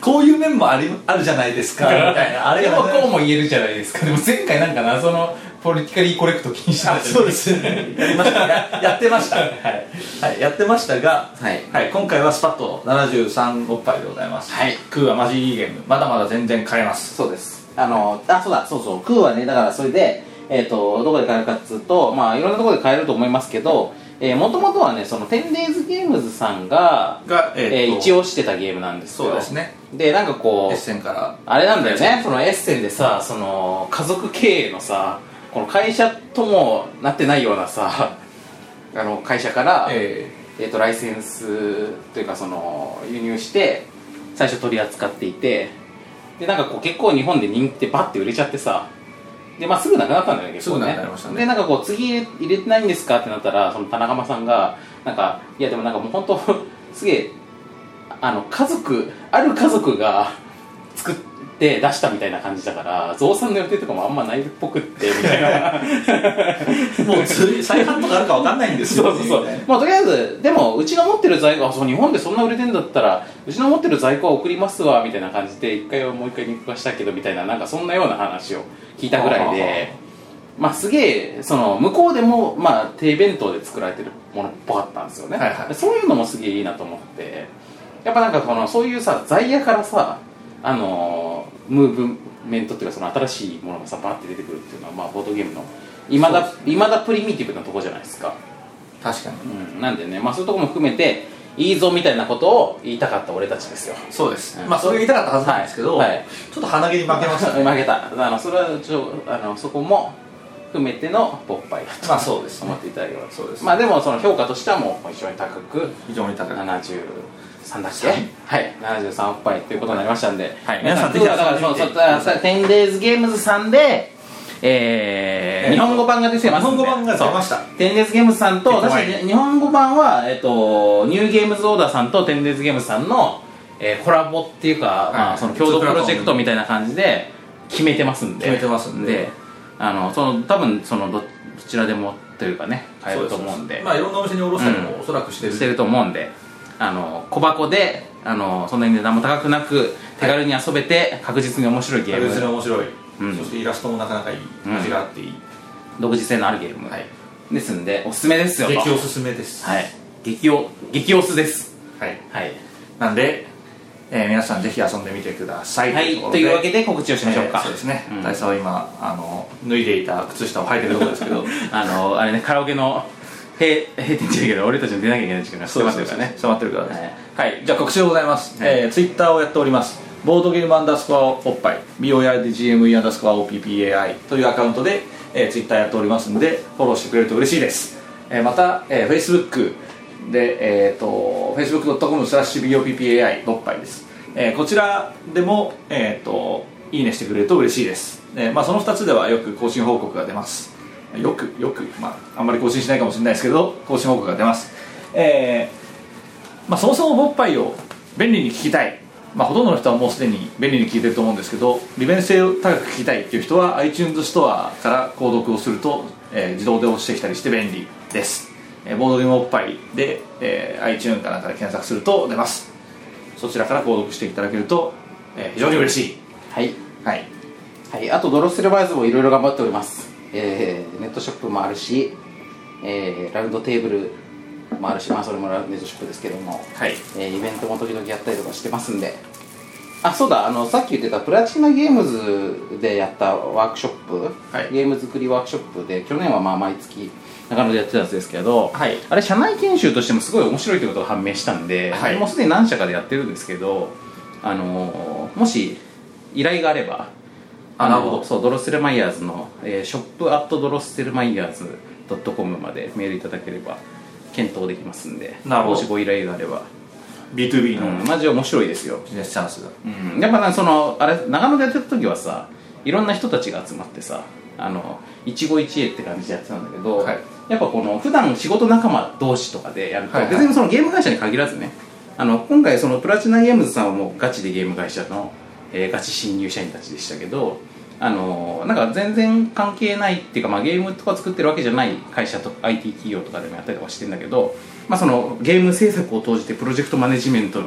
こういう面もありあるじゃないですかみたいなあれがでもこうも言えるじゃないですか。でも前回なんか謎のポリティカリーコレクト気にしてたじゃないですか。 そうですねやりましたややってましたはい、はい、やってましたが、 はいはい、今回はスパッとななじゅうさんおっぱいでございます。 はい、 クーはマジいいゲーム、まだまだ全然買えます。 そうです。あのあそうだそうそうクーはね、だからそれでえっ、ー、とどこで買えるかっつうと、まあいろんなところで買えると思いますけど、もともとはね、その テンデイズ ゲームズさんがが、えーえー、一応してたゲームなんですよ。 そうですね。 でなんかこうエッセンからあれなんだよね、そのエッセンでさ、その家族経営のさ、この会社ともなってないようなさあの会社から、えーえー、とライセンスというかその輸入して最初取り扱っていて、でなんかこう結構日本で人気でバッて売れちゃってさ、でまあ、すぐなくなったんだよね、結構ね。 すぐなくなりましたね。 でなんかこう次入れてないんですかってなったら、その田中間さんがなんかいやでもなんかもう本当すげえあの家族ある家族が作って出したみたいな感じだから、増産の予定とかもあんまないっぽくってみたいなもう再販とかあるか分かんないんですよそうそうそう、まあ、とりあえずでもうちの持ってる在庫はそう日本でそんな売れてんだったらうちの持ってる在庫は送りますわみたいな感じで、一回はもう一回入荷したけどみたいな、なんかそんなような話を聞いたぐらいで、まあすげえその向こうでもまあ低弁当で作られてるものっぽかったんですよね、はいはい、そういうのもすげえいいなと思って、やっぱなんかこのそういうさ在野からさ、あのー、ムーブメントっていうかその新しいものがさバーって出てくるっていうのは、まあボードゲームのいまだいまだプリミティブなとこじゃないですか。 確かに、 うん、なんでね、まあそういうとこも含めていいぞみたいなことを言いたかった俺たちですよ。 そうです、うん、まあそれが言いたかったはずなんですけど、はいはい、ちょっと鼻毛に負けましたね負けた。あのそれはちょあのそこも含めてのポッパイだと、 まあそうです、ね、 思っていただければ。 そうです。 まあでもその評価としてはもう非常に高く、 非常に高くななじゅうさんだっけ、はい、ななじゅうさんおっぱいということになりましたんで、 はい、皆さんぜひ遊んでみてください。 テンデイズ ゲームズさんで、えー、日本語版が出てますんで、 日本語版が出ました。 テンデイズゲームズさんと、確かに日本語版は、えっと、ニューゲームズオーダーさんとテンデイズゲームズさんの、えー、コラボっていうか、はい、まあ、その共同プロジェクトみたいな感じで決めてますんで、 決めてますんで、 であのその多分その ど, どちらでもというかね買えると思うんで、 まあいろんなお店に卸したりもおそらくしてる、 うん、してると思うんで、あの小箱であのそんなに値段も高くなく手軽に遊べて確実に面白いゲーム、 確実に面白い、 うん、 そしてイラストもなかなかいい、味があっていい、 独自性のあるゲーム、はい、ですんでおすすめですよと。 激おすすめです。 はい、激お激おすです。 はい、 はい、 なんで、えー、皆さんぜひ遊んでみてください。 はい、というわけで告知をしましょうか。 えー、そうですね、うん、大佐は今あの脱いでいた靴下を履いてるところですけどあのあれね、カラオケの閉閉店じゃないけど俺たちの出なきゃいけない時間が迫ってるからね。 迫ってるからです、はい、はい、じゃあ告知でございます、はい、えー、ツイッターをやっております。ボードゲームアンダースコアおっぱい ビーオーアールディージーエムイー アンダースコア オーピーピーエーアイ というアカウントで、えー、ツイッターやっておりますのでフォローしてくれると嬉しいです、えー、また、えー、Facebook で、えー、と フェイスブックドットコムスラッシュビーオーピーピーエーアイ おっぱいです、えー、こちらでも、えー、といいねしてくれると嬉しいです、えーまあ、そのふたつではよく更新報告が出ます。よくよく、まあ、あんまり更新しないかもしれないですけど更新報告が出ます、えーまあ、そもそもボッパイを便利に聞きたい、まあ、ほとんどの人はもうすでに便利に聞いてると思うんですけど、利便性を高く聞きたいっていう人は iTunes ストアから購読をすると、えー、自動で落ちてきたりして便利です、えー、ボードゲームおっぱいで、えー、iTunes かなんかで検索すると出ます。そちらから購読していただけると、えー、非常に嬉しい。 はい、 はいはい、あとドロッセルバイズもいろいろ頑張っております。えー、ネットショップもあるし、えー、ラウンドテーブルもあるし、まあそれもネットショップですけども、 はい、 えー、イベントも時々やったりとかしてますんで、あ、そうだ、あのさっき言ってたプラチナゲームズでやったワークショップ、はい、ゲーム作りワークショップで去年はまあ毎月中野でやってたやつですけど、はい、あれ社内研修としてもすごい面白いということが判明したんで、はい、もうすでに何社かでやってるんですけど、あのー、もし依頼があれば、あのそうドロッセルマイヤーズの、えー、ショップアットドロッセルマイヤーズドットコムまでメールいただければ検討できますんで、もしご依頼があればビーツービー の、 うん、マジ面白いですよ、 ビジネスチャンスが、 うん、やっぱなそのあれ長野でやってた時はさ、いろんな人たちが集まってさ、あの一期一会って感じでやってたんだけど、はい、やっぱこの普段仕事仲間同士とかでやると、はいはい、別にそのゲーム会社に限らずね、あの今回そのプラチナゲームズさんはもうガチでゲーム会社の、えー、ガチ新入社員たちでしたけど、あのなんか全然関係ないっていうか、まあ、ゲームとか作ってるわけじゃない会社と アイティー 企業とかでもやったりとかしてるんだけど、まあ、そのゲーム制作を通じてプロジェクトマネジメントの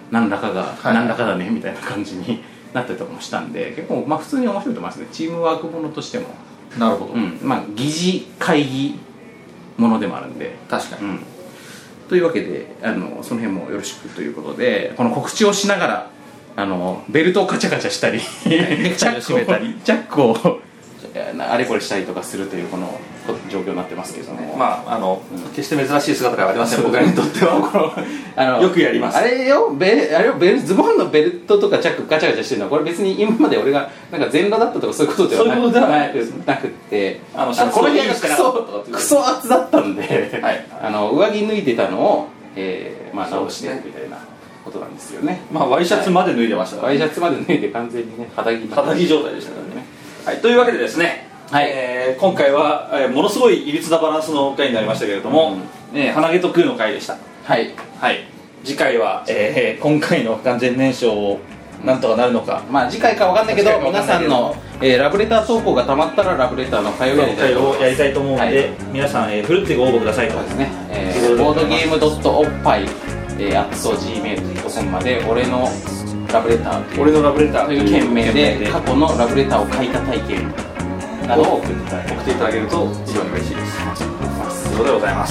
何らかが、 はい、 何らかだねみたいな感じになったりとかもしたんで、結構まあ普通に面白いと思いますね。チームワークものとしても。 なるほど、 うん、まあ疑似会議ものでもあるんで、 確かに、 うん、というわけであのその辺もよろしくということで、この告知をしながらあのベルトをカチャカチャしたりネクタイを締めたりチャックをあれこれしたりとかするというこの状況になってますけどね。 まああの、うん、決して珍しい姿ではありません、僕らにとってはあのよくやります。 あれよ、ベあれよベルズボンのベルトとかチャックガチャガチャしてるのはこれ別に今まで俺がなんか全裸だったとかそういうことではなく、 そういうことではなくなくってあのこの部屋がクソクソ厚だったんで、 はい、 あの上着脱いでたのを、えーまあ、直してみたいなことなんですよね。 まあワイシャツまで脱いでましたから、 ね、ワイシャツまで脱いで完全にね肌着肌着状態でしたからね。はい、というわけでですね、はい、えー、今回は、えー、ものすごいいびつなバランスの回になりましたけれども、うん、えー、鼻毛と空の回でした。はい、はい、次回は、えー、今回の完全燃焼をなんとかなるのか、 うん、まあ次回かわかんないけど皆さんの、えー、ラブレター投稿がたまったらラブレターの会をやりたいをやりたいと思うので、はい、皆さん、えー、ふるってご応募くださいと。 そうですね、えー、ボードゲームドットおっぱいえー、アット ジーメールドットコム まで俺のラブレター俺のラブレターという件名で過去のラブレターを書いた体験などを送っていただける送っていただけると非常に嬉しいです。ということでございます。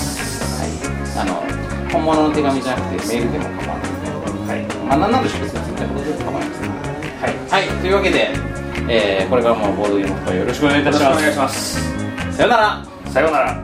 はい、あの本物の手紙じゃなくてメールでも構わないので、はい、まあ何なんでしょう、別にみたいなことでも構わないですね。はい、はい、というわけで、えー、これからもボードゲーム会よろしくお願いいたします。 よろしくお願いします。 さよなら。 さよなら。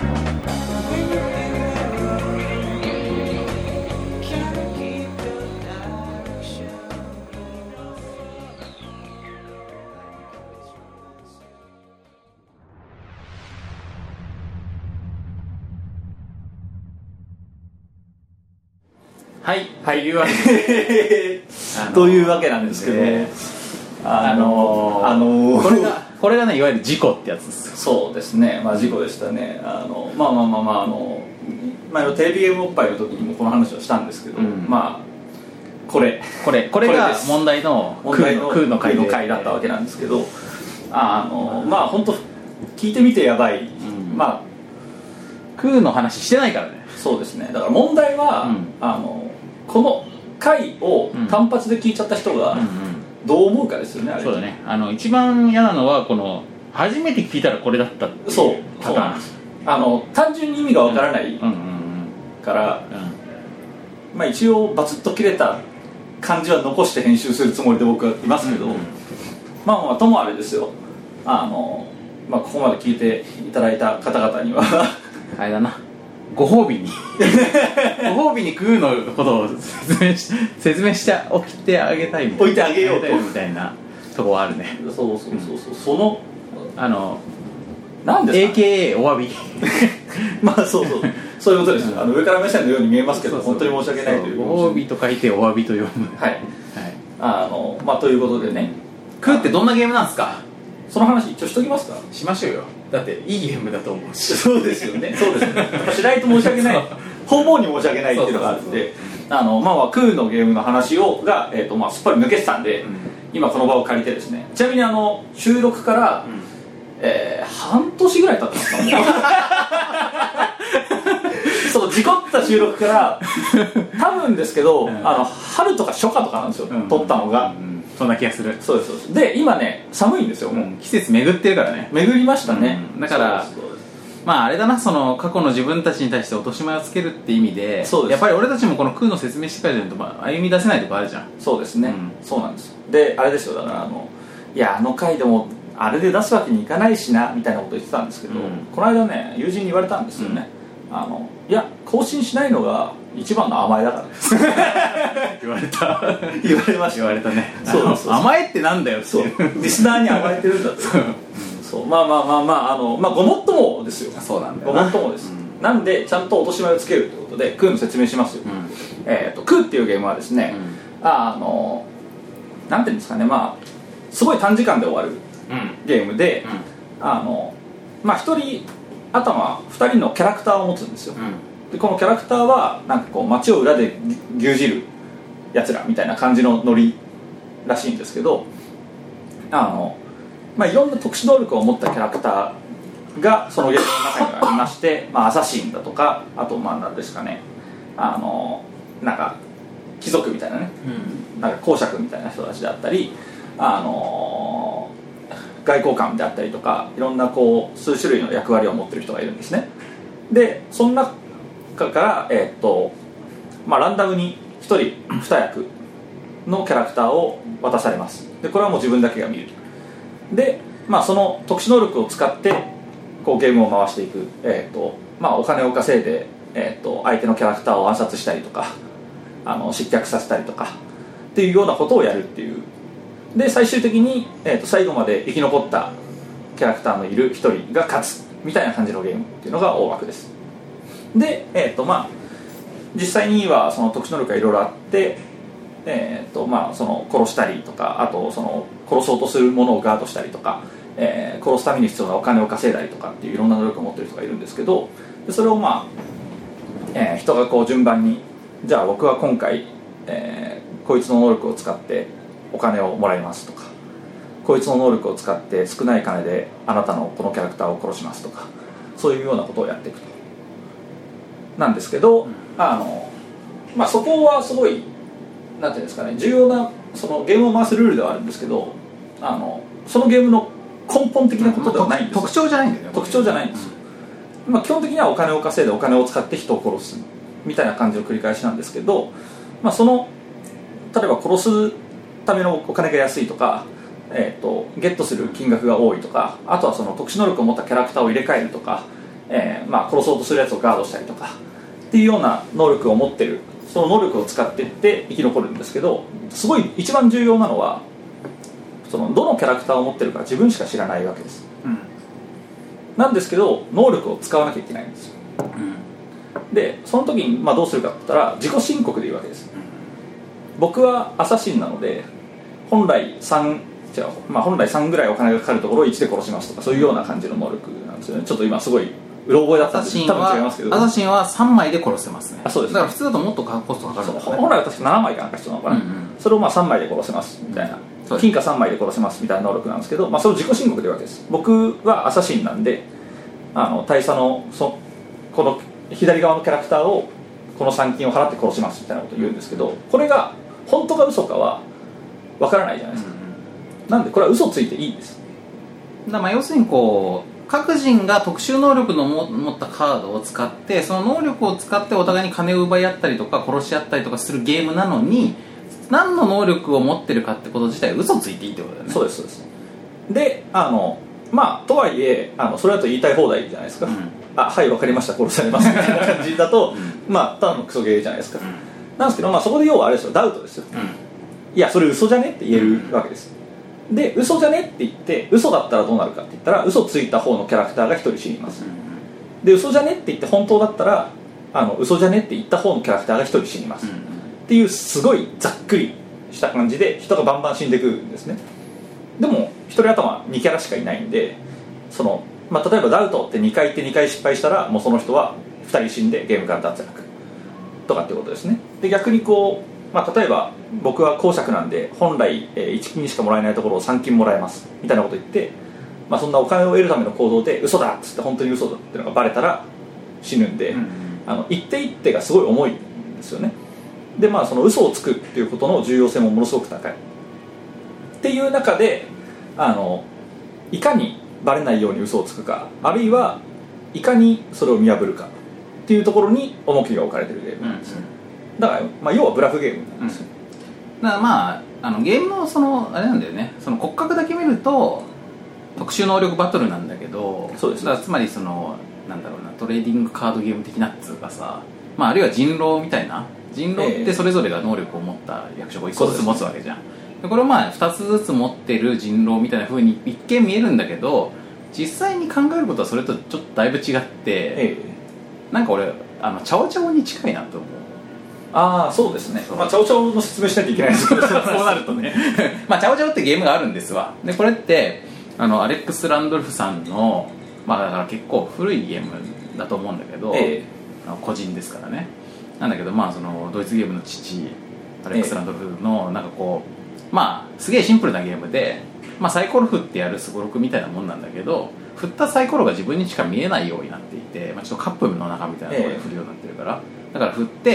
はい、 はい、いうわけでというわけなんですけど、ね、あのー、あのー、 これがこれがね、いわゆる事故ってやつですよ。 そうですね、まあ事故でしたね。あのまあまあまあまああの、まあ、テレビゲームおっぱいの時にもこの話をしたんですけど、うん、まあこれこれこれが問題の空の空の回だったわけなんですけど、あのまあ本当聞いてみてやばい、うん、まあ空の話してないからね。 そうですね。だから問題は、うん、あのこの回を単発で聞いちゃった人がどう思うかですよね、うんうん、あれ。 そうだね。あの一番嫌なのはこの初めて聞いたらこれだったっていうそうパターン。あの単純に意味がわからないから、まあ一応バツッと切れた感じは残して編集するつもりで僕はいますけど、うんうん、まあまあともあれですよ。あのまあここまで聞いていただいた方々にはあれだな。ご褒美にご褒美に空のことを説明し説明しておきてあげたいみたいな、 置いてあげようとみたいなとこはあるね。 そうそうそうそう、うん、そのあのなんですか、 エーケーエー お詫びまあそうそうそういうことです。あの上から目線のように見えますけど、そうそう本当に申し訳ないという。 ご褒美と書いてお詫びと読む。 はい、はい、あのまあということでね、 空ってどんなゲームなんですか。 その話一応しときますか。 しましょうよ。だっていいゲームだと思うし。 そうですよね。そうですね。しないと申し訳ない。方々に申し訳ないっていうのがあるんで、あのまあまあ空のゲームの話をがえっ、ー、とまあすっぱり抜けてたんで、うん、今この場を借りてですね。ちなみにあの収録から、うん、えー、半年ぐらい経ってますかね。そう事故った収録から多分ですけど、うん、あの春とか初夏とかなんですよ。うん、撮ったのが。うん、 そんな気がする。 そうですそうです。で今ね寒いんですよ。もう、うん、 季節巡ってるからね。 巡りましたね。 うん、だからまああれだな、その過去の自分たちに対して落とし前をつけるって意味で、そうです。やっぱり俺たちもこの空の説明してからじゃないと、まあ、歩み出せないとこあるじゃん。 そうですね。うん、そうなんですよ。であれですよ、だからあのいやあの回でもあれで出すわけにいかないしなみたいなこと言ってたんですけど、うん、この間ね友人に言われたんですよね。うん、あのいや更新しないのが一番の甘えだからです言われた言われました。 言われたね。 そうそうそう、 甘えってなんだよって。 そうリスナーに甘えてるんだってそうまあまあまあまああのまあごもっともですよ。 そうなんだよな。 ごもっともです、うん、なんでちゃんと落とし前をつけるということで空の説明しますよ。うん、えっ、ー、と空っていうゲームはですね、うん、あのなんていうんですかね、まあすごい短時間で終わるゲームで、うん、あのまあ一人頭二人のキャラクターを持つんですよ。うん、でこのキャラクターはなんかこう街を裏で牛耳るやつらみたいな感じのノリらしいんですけど、あのまあいろんな特殊能力を持ったキャラクターがそのゲームの中にありまして、まあアサシンだとか、あとまあ何ですかね、あのなんか基貴族みたいなね、うん、なんか公爵みたいな人たちであったり、あのー、外交官であったりとか、いろんなこう数種類の役割を持ってる人がいるんですね。でその中から、えーっとまあ、ランダムにひとりに役のキャラクターを渡されます。でこれはもう自分だけが見る。で、まあ、その特殊能力を使ってこうゲームを回していく、えーとまあ、お金を稼いで、えーと相手のキャラクターを暗殺したりとか、あの失脚させたりとかっていうようなことをやるっていう。で最終的に、えーと最後まで生き残ったキャラクターのいるひとりが勝つみたいな感じのゲームっていうのが大枠です。で、えーとまあ、実際にはその特殊能力がいろいろあって、えーとまあ、その殺したりとか、あとその殺そうとするものをガードしたりとか、えー、殺すために必要なお金を稼いだりとかっていういろんな能力を持ってる人がいるんですけど、それをまあ、えー、人がこう順番に、じゃあ僕は今回、えー、こいつの能力を使ってお金をもらいますとか、こいつの能力を使って少ない金であなたのこのキャラクターを殺しますとか、そういうようなことをやっていくとなんですけど、あの、まあ、そこはすごいなんていうんですかね、重要なそのゲームを回すルールではあるんですけど、あのそのゲームの根本的なことではないんですよ。 特徴じゃないんだよね。 特徴じゃないんですよ、うんまあ、基本的にはお金を稼いでお金を使って人を殺すみたいな感じの繰り返しなんですけど、まあ、その例えば殺すためのお金が安いとか、えー、とゲットする金額が多いとか、あとはその特殊能力を持ったキャラクターを入れ替えるとか、えーまあ、殺そうとするやつをガードしたりとかっていうような能力を持ってる、その能力を使っていって生き残るんですけど、すごい一番重要なのはそのどのキャラクターを持ってるか自分しか知らないわけです、うん、なんですけど能力を使わなきゃいけないんですよ、うん、でその時にまあどうするかって言ったら自己申告でいいわけです、うん、僕はアサシンなので本来さん違う、まあ、本来さんぐらいお金がかかるところをいちで殺しますとか、そういうような感じの能力なんですよね。ちょっと今すごいうろ覚えだったんで多分違いますけど、 アサシンはさんまいで殺せますね。 あ、そうです。 だから普通だともっとコストかかるんですね。 本来は確かななまいかなんか必要なのかな、うんうん、それをまあさんまいで殺せますみたいな、うん、金貨さんまいで殺せますみたいな能力なんですけど、まあ、それを自己申告でいうわけです。僕はアサシンなんで、あの大佐のそこの左側のキャラクターをこのさん金を払って殺しますみたいなことを言うんですけど、これが本当か嘘かは分からないじゃないですか、うんうん、なんでこれは嘘ついていいんです。 だからまあ要するにこう各人が特殊能力の持ったカードを使って、その能力を使ってお互いに金を奪い合ったりとか殺し合ったりとかするゲームなのに、何の能力を持ってるかってこと自体嘘ついていいってことだよね。 そうですそうです。で、あのまあとはいえあのそれだと言いたい放題じゃないですか、うん、あ、はい分かりました殺されますみたいな感じだと、うん、まあただのクソゲーじゃないですか、うん、なんですけど、まあ、そこで要はあれですよ、ダウトですよ、うん、いやそれ嘘じゃねって言えるわけです、うん、で嘘じゃねって言って嘘だったらどうなるかって言ったら、嘘ついた方のキャラクターがひとり死にます、うん、で嘘じゃねって言って本当だったらあの嘘じゃねって言った方のキャラクターがひとり死にます、うん、っていうすごいざっくりした感じで人がバンバン死んでいくんですね。でもひとり頭にキャラしかいないんで、その、まあ、例えばダウトってにかい行ってにかい失敗したらもうその人はふたり死んでゲームから脱落とかってことですね。で逆にこう、まあ、例えば僕は公爵なんで本来いち金しかもらえないところをさん金もらえますみたいなこと言って、まあ、そんなお金を得るための行動で嘘だっつって本当に嘘だっていうのがバレたら死ぬんで、うんうん、あの一手一手がすごい重いんですよね。でまあその嘘をつくっていうことの重要性もものすごく高いっていう中で、あのいかにバレないように嘘をつくか、あるいはいかにそれを見破るかっていうところに重きが置かれてるゲームなんですね、うん、だから、まあ、要はブラフゲームなんですよ、 うん、だからまああのゲームのそのあれなんだよね、その骨格だけ見ると特殊能力バトルなんだけど、 そうです、 だからつまりそのなんだろうな、トレーディングカードゲーム的なっつうかさ、まあ、あるいは人狼みたいな、人狼ってそれぞれが能力を持った役職をいっこずつ持つわけじゃん。でこれをまあふたつずつ持ってる人狼みたいな風に一見見えるんだけど、実際に考えることはそれとちょっとだいぶ違って、ええ、なんか俺あのチャオチャオに近いなと思う。 ああそうですね、まあ、チャオチャオの説明しなきゃいけないですけどそうなるとねまあチャオチャオってゲームがあるんですわ。でこれってあのアレックス・ランドルフさんの、まあ、だから結構古いゲームだと思うんだけど、ええ、あの個人ですからね。なんだけど、まあ、そのドイツゲームの父アレックス・ランドルフのなんかこう、まあすげえシンプルなゲームで、まあ、サイコロ振ってやるすごろくみたいなもんなんだけど、振ったサイコロが自分にしか見えないようになっていて、まあ、ちょっとカップの中みたいなところで振るようになってるから、だから振って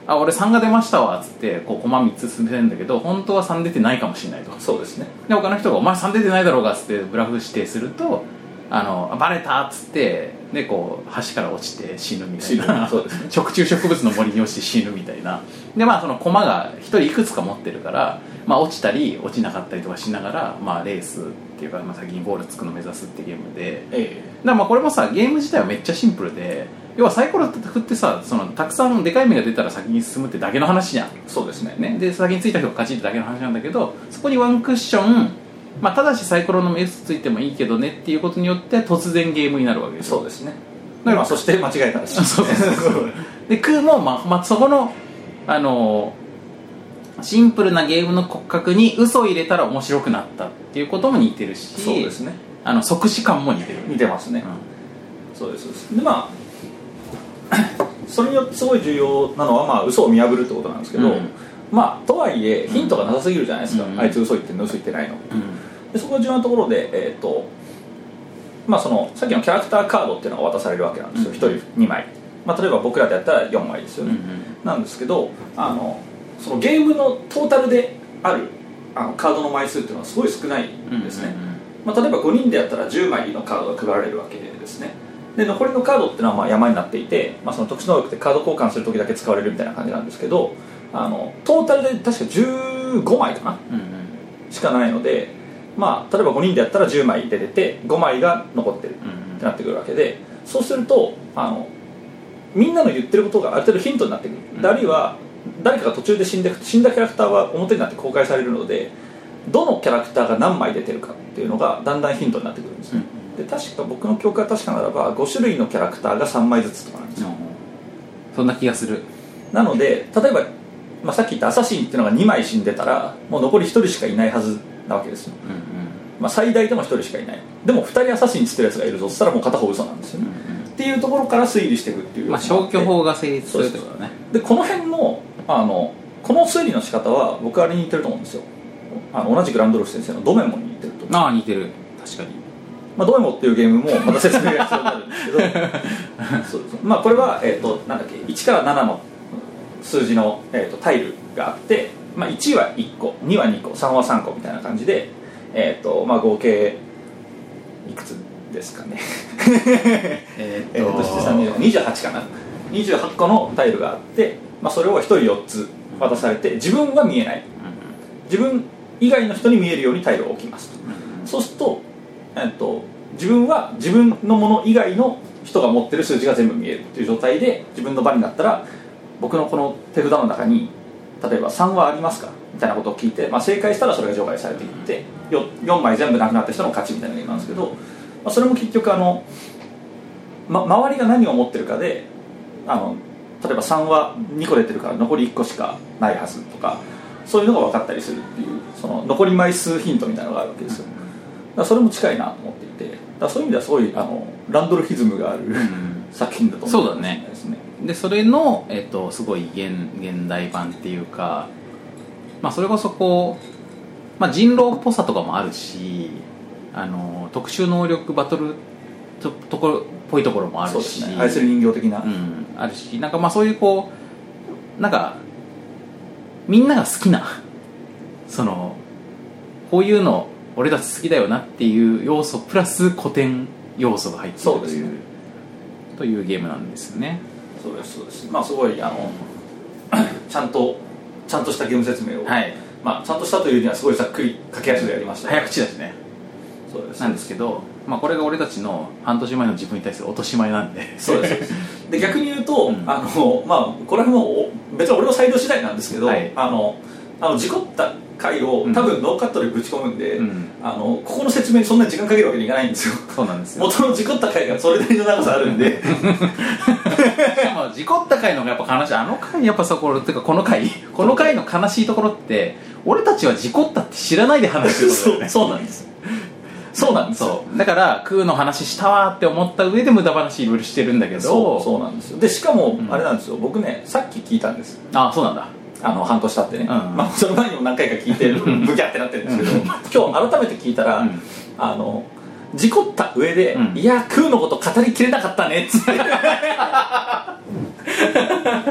あ俺さんが出ましたわっつってこうコマみっつ進めてるんだけど本当はさん出てないかもしれないと。 そうですね。 で他の人が「お前さん出てないだろうが」っつってブラフ指定するとあのバレたっつってでこう橋から落ちて死ぬみたいなそうですね食虫植物の森に落ちて死ぬみたいな。でまあその駒がひとりいくつか持ってるから、まあ、落ちたり落ちなかったりとかしながら、まあ、レースっていうか、まあ、先にゴールつくのを目指すってゲームで、 ええ、 だからまあこれもさゲーム自体はめっちゃシンプルで、要はサイコロ振ってさそのたくさんでかい目が出たら先に進むってだけの話じゃん。 そうですね。 ねで先についた人が勝ちってだけの話なんだけど、そこにワンクッション、まあ、ただしサイコロの目ついてもいいけどねっていうことによって突然ゲームになるわけですよ。 そうですね。だからそして間違えたらしいそうそうそうで空も、まあまあ、そこの、あのー、シンプルなゲームの骨格に嘘を入れたら面白くなったっていうことも似てるし、 そうですね、 あの即死感も似てる。 似てますね、うん、そうですそうです。でまあそれによってすごい重要なのは、まあ、嘘を見破るってことなんですけど、うん、まあとはいえヒントがなさすぎるじゃないですか、うん、あいつ嘘言ってんの嘘言ってないの、うん、でそこが重要なところで、えーとまあ、そのさっきのキャラクターカードっていうのが渡されるわけなんですよ、うん、ひとりにまい、まあ、例えば僕らでやったらよんまいですよね、うんうん、なんですけどあのそのゲームのトータルであるあのカードの枚数っていうのはすごい少ないんですね、うんうんうん、まあ、例えばごにんでやったらじゅうまいのカードが配られるわけですね。で残りのカードっていうのはまあ山になっていて、まあ、その特殊能力でカード交換するときだけ使われるみたいな感じなんですけど、あのトータルで確かじゅうごまいかな、うんうん、しかないので、まあ、例えばごにんでやったらじゅうまいで出てごまいが残ってるってなってくるわけで、そうするとあのみんなの言ってることがある程度ヒントになってくる、うん、あるいは誰かが途中で死んで死んだキャラクターは表になって公開されるので、どのキャラクターが何枚出てるかっていうのがだんだんヒントになってくるんですね、うん、で確か僕の記憶が確かならばご種類のキャラクターがさんまいずつとかなんですよ、うん、 そんな気がする。なので例えば、まあ、さっき言ったアサシンっていうのがにまい死んでたらもう残りひとりしかいないはずなわけですよ、うんうん、まあ、最大でもひとりしかいない。でもふたりアサシンっつってるやつがいるぞっつったらもう片方嘘なんですよね、うんうん、っていうところから推理していくっていう、 まあ、消去法が成立するってことだね。 でこの辺のあのこの推理の仕方は僕あれに似てると思うんですよ。あの同じくランドルフ先生のドメモに似てると思う。 ああ似てる、確かに。 まあ、ドメモっていうゲームもまた説明が必要になるんですけどそうです、まあ、これは、えー、となんだっけいちからななの数字の、えー、とタイルがあって、まあ、いちはいっこにはにこさんはさんこみたいな感じで、えーとまあ、合計いくつですかねえっとにじゅうはちかなにじゅうはちこのタイルがあって、まあ、それをひとりよっつ渡されて自分は見えない、自分以外の人に見えるようにタイルを置きますと、うん、そうすると、えっと、自分は自分のもの以外の人が持ってる数字が全部見えるっていう状態で自分の番になったら、僕のこの手札の中に例えばさんはありますかみたいなことを聞いて、まあ、正解したらそれが除外されていって よ, よんまい全部なくなった人の勝ちみたいなゲームなんですけど、まあ、それも結局あの、ま、周りが何を持ってるかで、あの例えばさんはにこ出てるから残りいっこしかないはずとか、そういうのが分かったりするっていう、その残り枚数ヒントみたいなのがあるわけですよ。だからそれも近いなと思っていて、だからそういう意味ではすごいあのランドルフィズムがある、うん、作品だと思うんですね。 でそれの、えっと、すごい 現, 現代版っていうか、まあ、それこそこう、まあ、人狼っぽさとかもあるし、あの特殊能力バトル と, ところっぽいところもあるし、 ね、愛する人形的な、 うん、あるし、なんかまあそういうこうなんかみんなが好きなそのこういうの俺たち好きだよなっていう要素プラス古典要素が入っているという、ね、というゲームなんですね。 そうですそうです。まあすごいあのちゃんとちゃんとしたゲーム説明を、はい、まあちゃんとしたというにはすごいざっくり駆け足でやりました、ね、 早口だしね。 そうですなんですけど、まあ、これが俺たちの半年前の自分に対する落とし前なんで。 そうですで逆に言うと、うん、あのまあこれも別に俺の裁量次第なんですけど、はい、あのあの事故った回を多分ノーカットでぶち込むんで、うん、あのここの説明にそんなに時間かけるわけにいかないんですよ。 そうなんですよ。 元の事故った回がそれなりの長さあるんで事故った回のやっぱ悲しい、あの回やっぱそこっていうかこの回この回の悲しいところって俺たちは事故ったって知らないで話してることだよねそう、そうなんですそうなんですよ。 だから空の話したわって思った上で無駄話いろいろしてるんだけど、 そうそうなんですよ。でしかもあれなんですよ、うん、僕ねさっき聞いたんです。 ああそうなんだ。 あの半年経ってね、うん、まあ、その前にも何回か聞いてブキャってなってるんですけど今日改めて聞いたら、うん、あの事故った上で、うん、いや空のこと語りきれなかったねっつってあ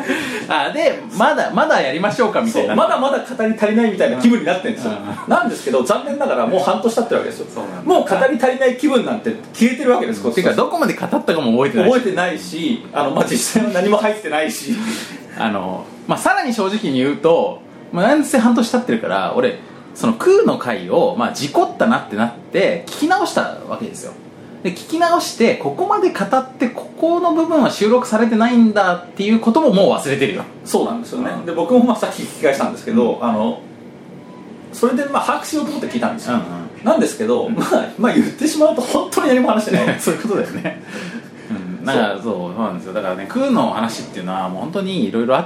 あでまだまだやりましょうかみたいな、 まだまだ語り足りないみたいな気分になってるんですよ、 うん、 なんですけど残念ながらもう半年経ってるわけですよ。もう語り足りない気分なんて消えてるわけです、 うん、ていうかどこまで語ったかも覚えてないし覚えてないし、あの、まあ、実際は何も入ってないしあの、まあ、さらに正直に言うと、まあ、なんせ半年経ってるから俺その空の回を、まあ、事故ったなってなって聞き直したわけですよ。で聞き直してここまで語ってここの部分は収録されてないんだっていうことももう忘れてるよ。 そうなんですよね、うん、で僕もまあさっき聞き返したんですけど、うん、あのそれでまあ把握しようと思って聞いたんですよ、うんうん、なんですけど、まあ、まあ言ってしまうと本当に何も話してないそういうことだよねうん、だからそうそうなんですよ。だからね空の話っていうのはもう本当にいろいろあって、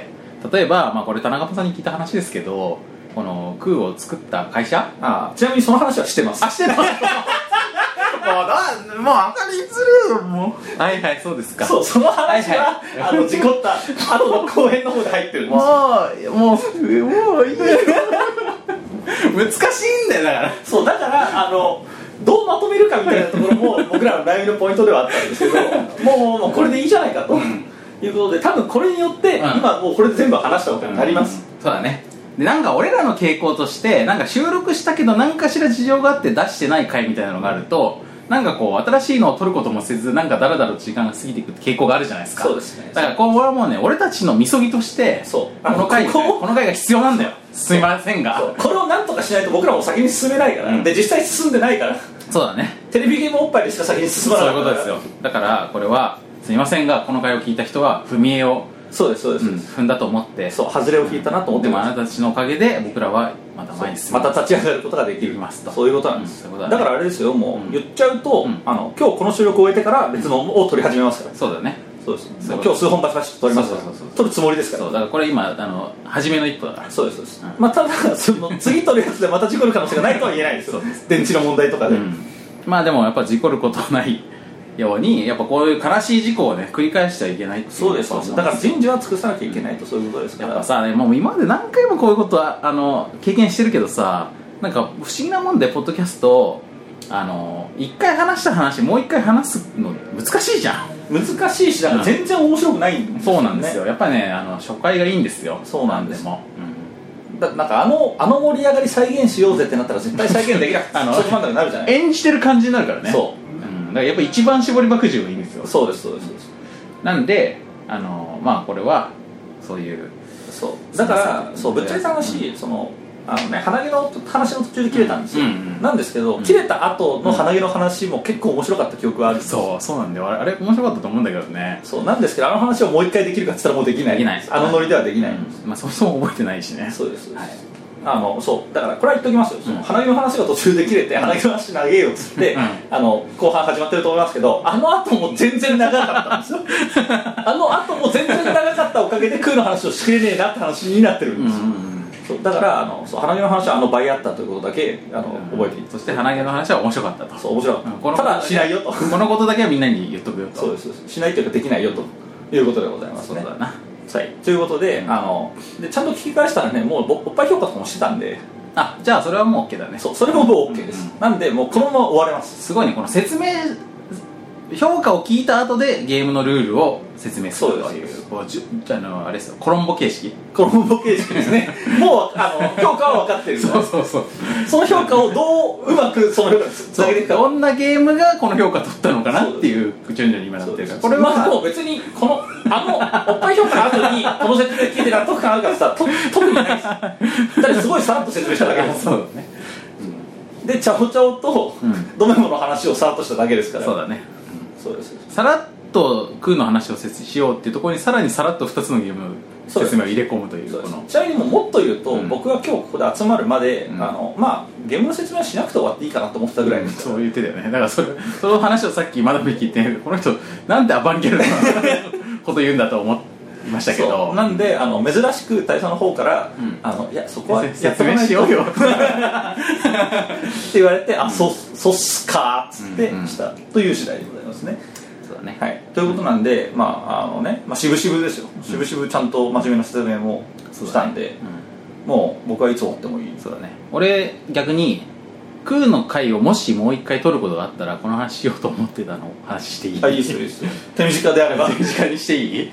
例えば、まあ、これ田中さんに聞いた話ですけど、この空を作った会社、 ああちなみにその話はしてます。 あしてないもうだもうあかりずるよもうはいはいそうですか。 そうその話は、はいはい、あの事故った後の後編の方で入ってるんですもうもうもういい難しいんだよ。だからそうだからあのどうまとめるかみたいなところも僕らのライブのポイントではあったんですけどもうもうこれでいいじゃないかと、うんいうことで多分これによって、うん、今もうこれで全部話したことになります、 うん、そうだね。でなんか俺らの傾向としてなんか収録したけど何かしら事情があって出してない回みたいなのがあると、なんかこう新しいのを撮ることもせずなんかだらだら時間が過ぎていく傾向があるじゃないですか。 そうですね。 だからこれはもうね俺たちのみそぎとしてそうこの回こここの回が必要なんだよ。すいませんがこれをなんとかしないと僕らも先に進めないから、うん、で実際進んでないから。 そうだね。 テレビゲームおっぱいでしか先に進まないから。 そういうことですよ。だからこれはすみませんがこの回を聞いた人は踏み絵をそうですそうです、うん、 踏んだと思ってそう外れを引いたなと思ってます。 でもあなたたちのおかげで僕らはまた前に進むまた立ち上がることができるますと。 そういうことなんです、うん、だからあれですよもう、うん、言っちゃうと、うん、あの今日この収録を終えてから別のを撮り始めますから、 そうだね。 そうです。今日数本バチバチと撮りますから。そうそうそうそう撮るつもりですから。 そうだからこれ今あの初めの一歩だから。 そうですそうです、うん、まあただその次撮るやつでまた事故る可能性がないとは言えないですよ電池の問題とかで、うん、まあでもやっぱ事故ることないようにやっぱこういう悲しい事故をね繰り返してはいけないっていう。 そうですそうです。だから人事は尽くさなきゃいけないと、そういうことですから。 やっぱさ、ね、もう今まで何回もこういうことはあの経験してるけどさ、なんか不思議なもんでポッドキャストあの一回話した話もう一回話すの難しいじゃん。 難しいし、だから全然面白くないんですよね。 そうなんですよ。やっぱねあの初回がいいんですよ。 そうなんですも、 うん、だなんかあのあの盛り上がり再現しようぜってなったら絶対再現できなくてあのそこまでになるじゃない。 演じてる感じになるからね。 そう、 うん、だからやっぱ一番絞り爆汁がいいんですよ。 そうですそうですそうです。 なんであのまあこれはそういうそうだからそうぶっちゃけた話、そのあのね鼻毛の話の途中で切れたんですよ、うんうん、なんですけど、うん、切れた後の鼻毛の話も結構面白かった記憶がある、うん、 そうそうなんだよ。あれ面白かったと思うんだけどね。 そうなんですけどあの話をもう一回できるかって言ったらもうできない。 できない。 あのノリではできないんです、 うん、まあそもそも覚えてないしね。 そうです、はい、あのそうだからこれは言っときますよ、その鼻毛の話が途中で切れて、うん、鼻毛の話長えよっつって、うん、あの後半始まってると思いますけど、あの後も全然長かったんですよあの後も全然長かったおかげで空の話をしきれねえなって話になってるんですよ、うんうんうん。そうだからあのそう鼻毛の話はあの倍あったということだけあの、うん、覚えていて、 そして鼻毛の話は面白かったと。 そう面白かった、うん、このただしないよとこのことだけはみんなに言っとくよと。 そうですしないというかできないよということでございますね。 そうだな。 はい、ということで、うん、あのでちゃんと聞き返したらねもうおっぱい評価とかもしてたんで、 あじゃあそれはもう OK だね。 そうそれももう OK です、うん、なんでもうこのまま終われます。 すごいねこの説明評価を聞いた後でゲームのルールを説明するというこうじあのあれですよコロンボ形式コロンボ形式ですねもうあの評価は分かってるそうそうそうその評価をどううまくその評価につなげていくか、 どんなゲームがこの評価取ったのかなっていう順序に今なってるから、 これは、まあ、でも別にこのあのおっぱい評価の後にこの説明聞いて納得感あるからさと特にないですだってすごいさらっと説明しただけですそうだね、 うん、でチャオチャオと、うん、ドメモの話をさらっとしただけですから。 そうだね、 そうです。 さらっと空の話をしようっていうところにさらにさらっとふたつのゲーム説明を入れ込むという。このちなみにももっと言うと、うん、僕が今日ここで集まるまで、うん、あのまあゲームの説明はしなくて終わっていいかなと思ってたぐらいです、 うん、そう言ってたよね。だからそれその話をさっきまだ見聞いてこの人なんでアバンギャルドなこと言うんだと思いましたけど、 なんであの珍しく大佐の方から、うん、あのいやそこは説明しようよって言われて、あ、うん、そ, そっすかっつってした、うん、という次第でございますね。 ね、 はい、ということなんで、まああのねまあ、渋々ですよ、渋々ちゃんと真面目な説明もしたんで、ね、うん、もう僕はいつ終わってもいい。 そうだね。俺逆に空の回をもしもう一回取ることがあったらこの話しようと思ってたのを話していい？ あ、いいですよいいですよ手短であれば手短にしていい？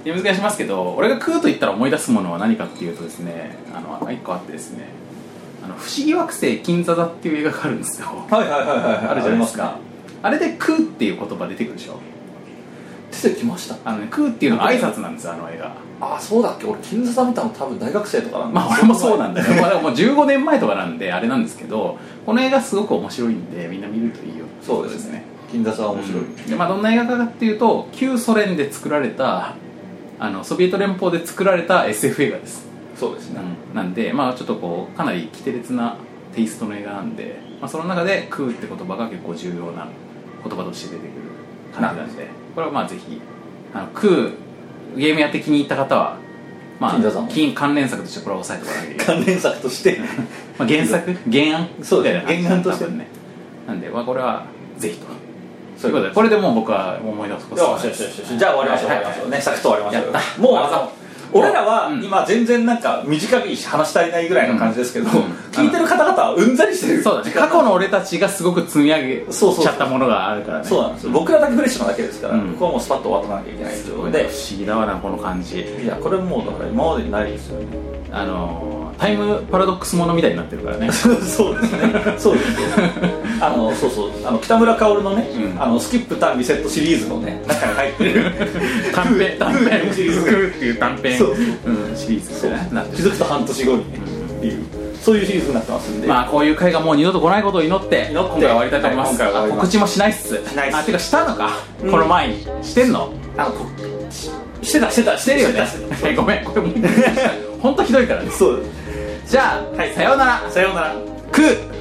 ゲーム付けしますけど、俺がクーと言ったら思い出すものは何かっていうとですね、あのいっこあってですね、あの不思議惑星金座座っていう映画があるんですよ。 はいはいはいはい、はい、 あるじゃないですか。 あ, あれでクーっていう言葉出てくるでしょ。 出てきました。 あのね、クーっていうのが挨拶なんですよ、あの映画。 ああ、そうだっけ。俺金座座見たの多分大学生とかなんで。 まあ俺もそうなんだよ。まあもうじゅうごねんまえとかなんであれなんですけど、この映画すごく面白いんでみんな見るといいよ。 そうですね、金座座は面白い、うん、 で、まあ、どんな映画かっていうと、旧ソ連で作られた、あのソビエト連邦で作られた エスエフ 映画です。 そうですね、 うん、なんで、まあ、ちょっとこうかなり奇烈なテイストの映画なんで、まあ、その中でクーって言葉が結構重要な言葉として出てくる感じなんで、これはまあぜひあのクーゲームやって気に入った方は、まあ、 金座さん金関連作としてこれは押さえておかなきゃいけない。 関連作としてまあ原作原案そうですね、原案としてね。なんで、まあ、これはぜひとそういうことで、これでもう僕は思い出すことよしよしよしよし、じゃあ終わりましょう、終わりましょうね、サクッと終わりましょう。 やったもうあの俺らは今全然なんか短いし話し足りないぐらいの感じですけど、聞いてる方々はうんざりしてる。 そうだね、過去の俺たちがすごく積み上げちゃったものがあるからね。 そうなんですよ、僕らだけフレッシュなだけですから、ここはもうスパッと終わってかなきゃいけないということで。 不思議だわなこの感じ。 いや、これもうだから今までにないですよね。 あのタイムパラドックスものみたいになってるからね。 そうですね、そうですあのそうそう、あの北村薫のね、うん、あのスキップターンリセットシリーズのね中に入ってる短編短編シリーズっていう短編、 そう、 うん、シリーズみたいな、 気づくと半年後にね、うん、っていうそういうシリーズになってますんで、 まあこういう回がもう二度と来ないことを祈って今回は終わりたいと思います。はい、告知もしないっす。 しないっす。 あ、てかしたのか、うん、この前にしてんの？ あのしてたしてたしてるよね。ごめん、これもう本当ひどいからね。 そう。 じゃあ、はい、さようなら。 さようなら。 クー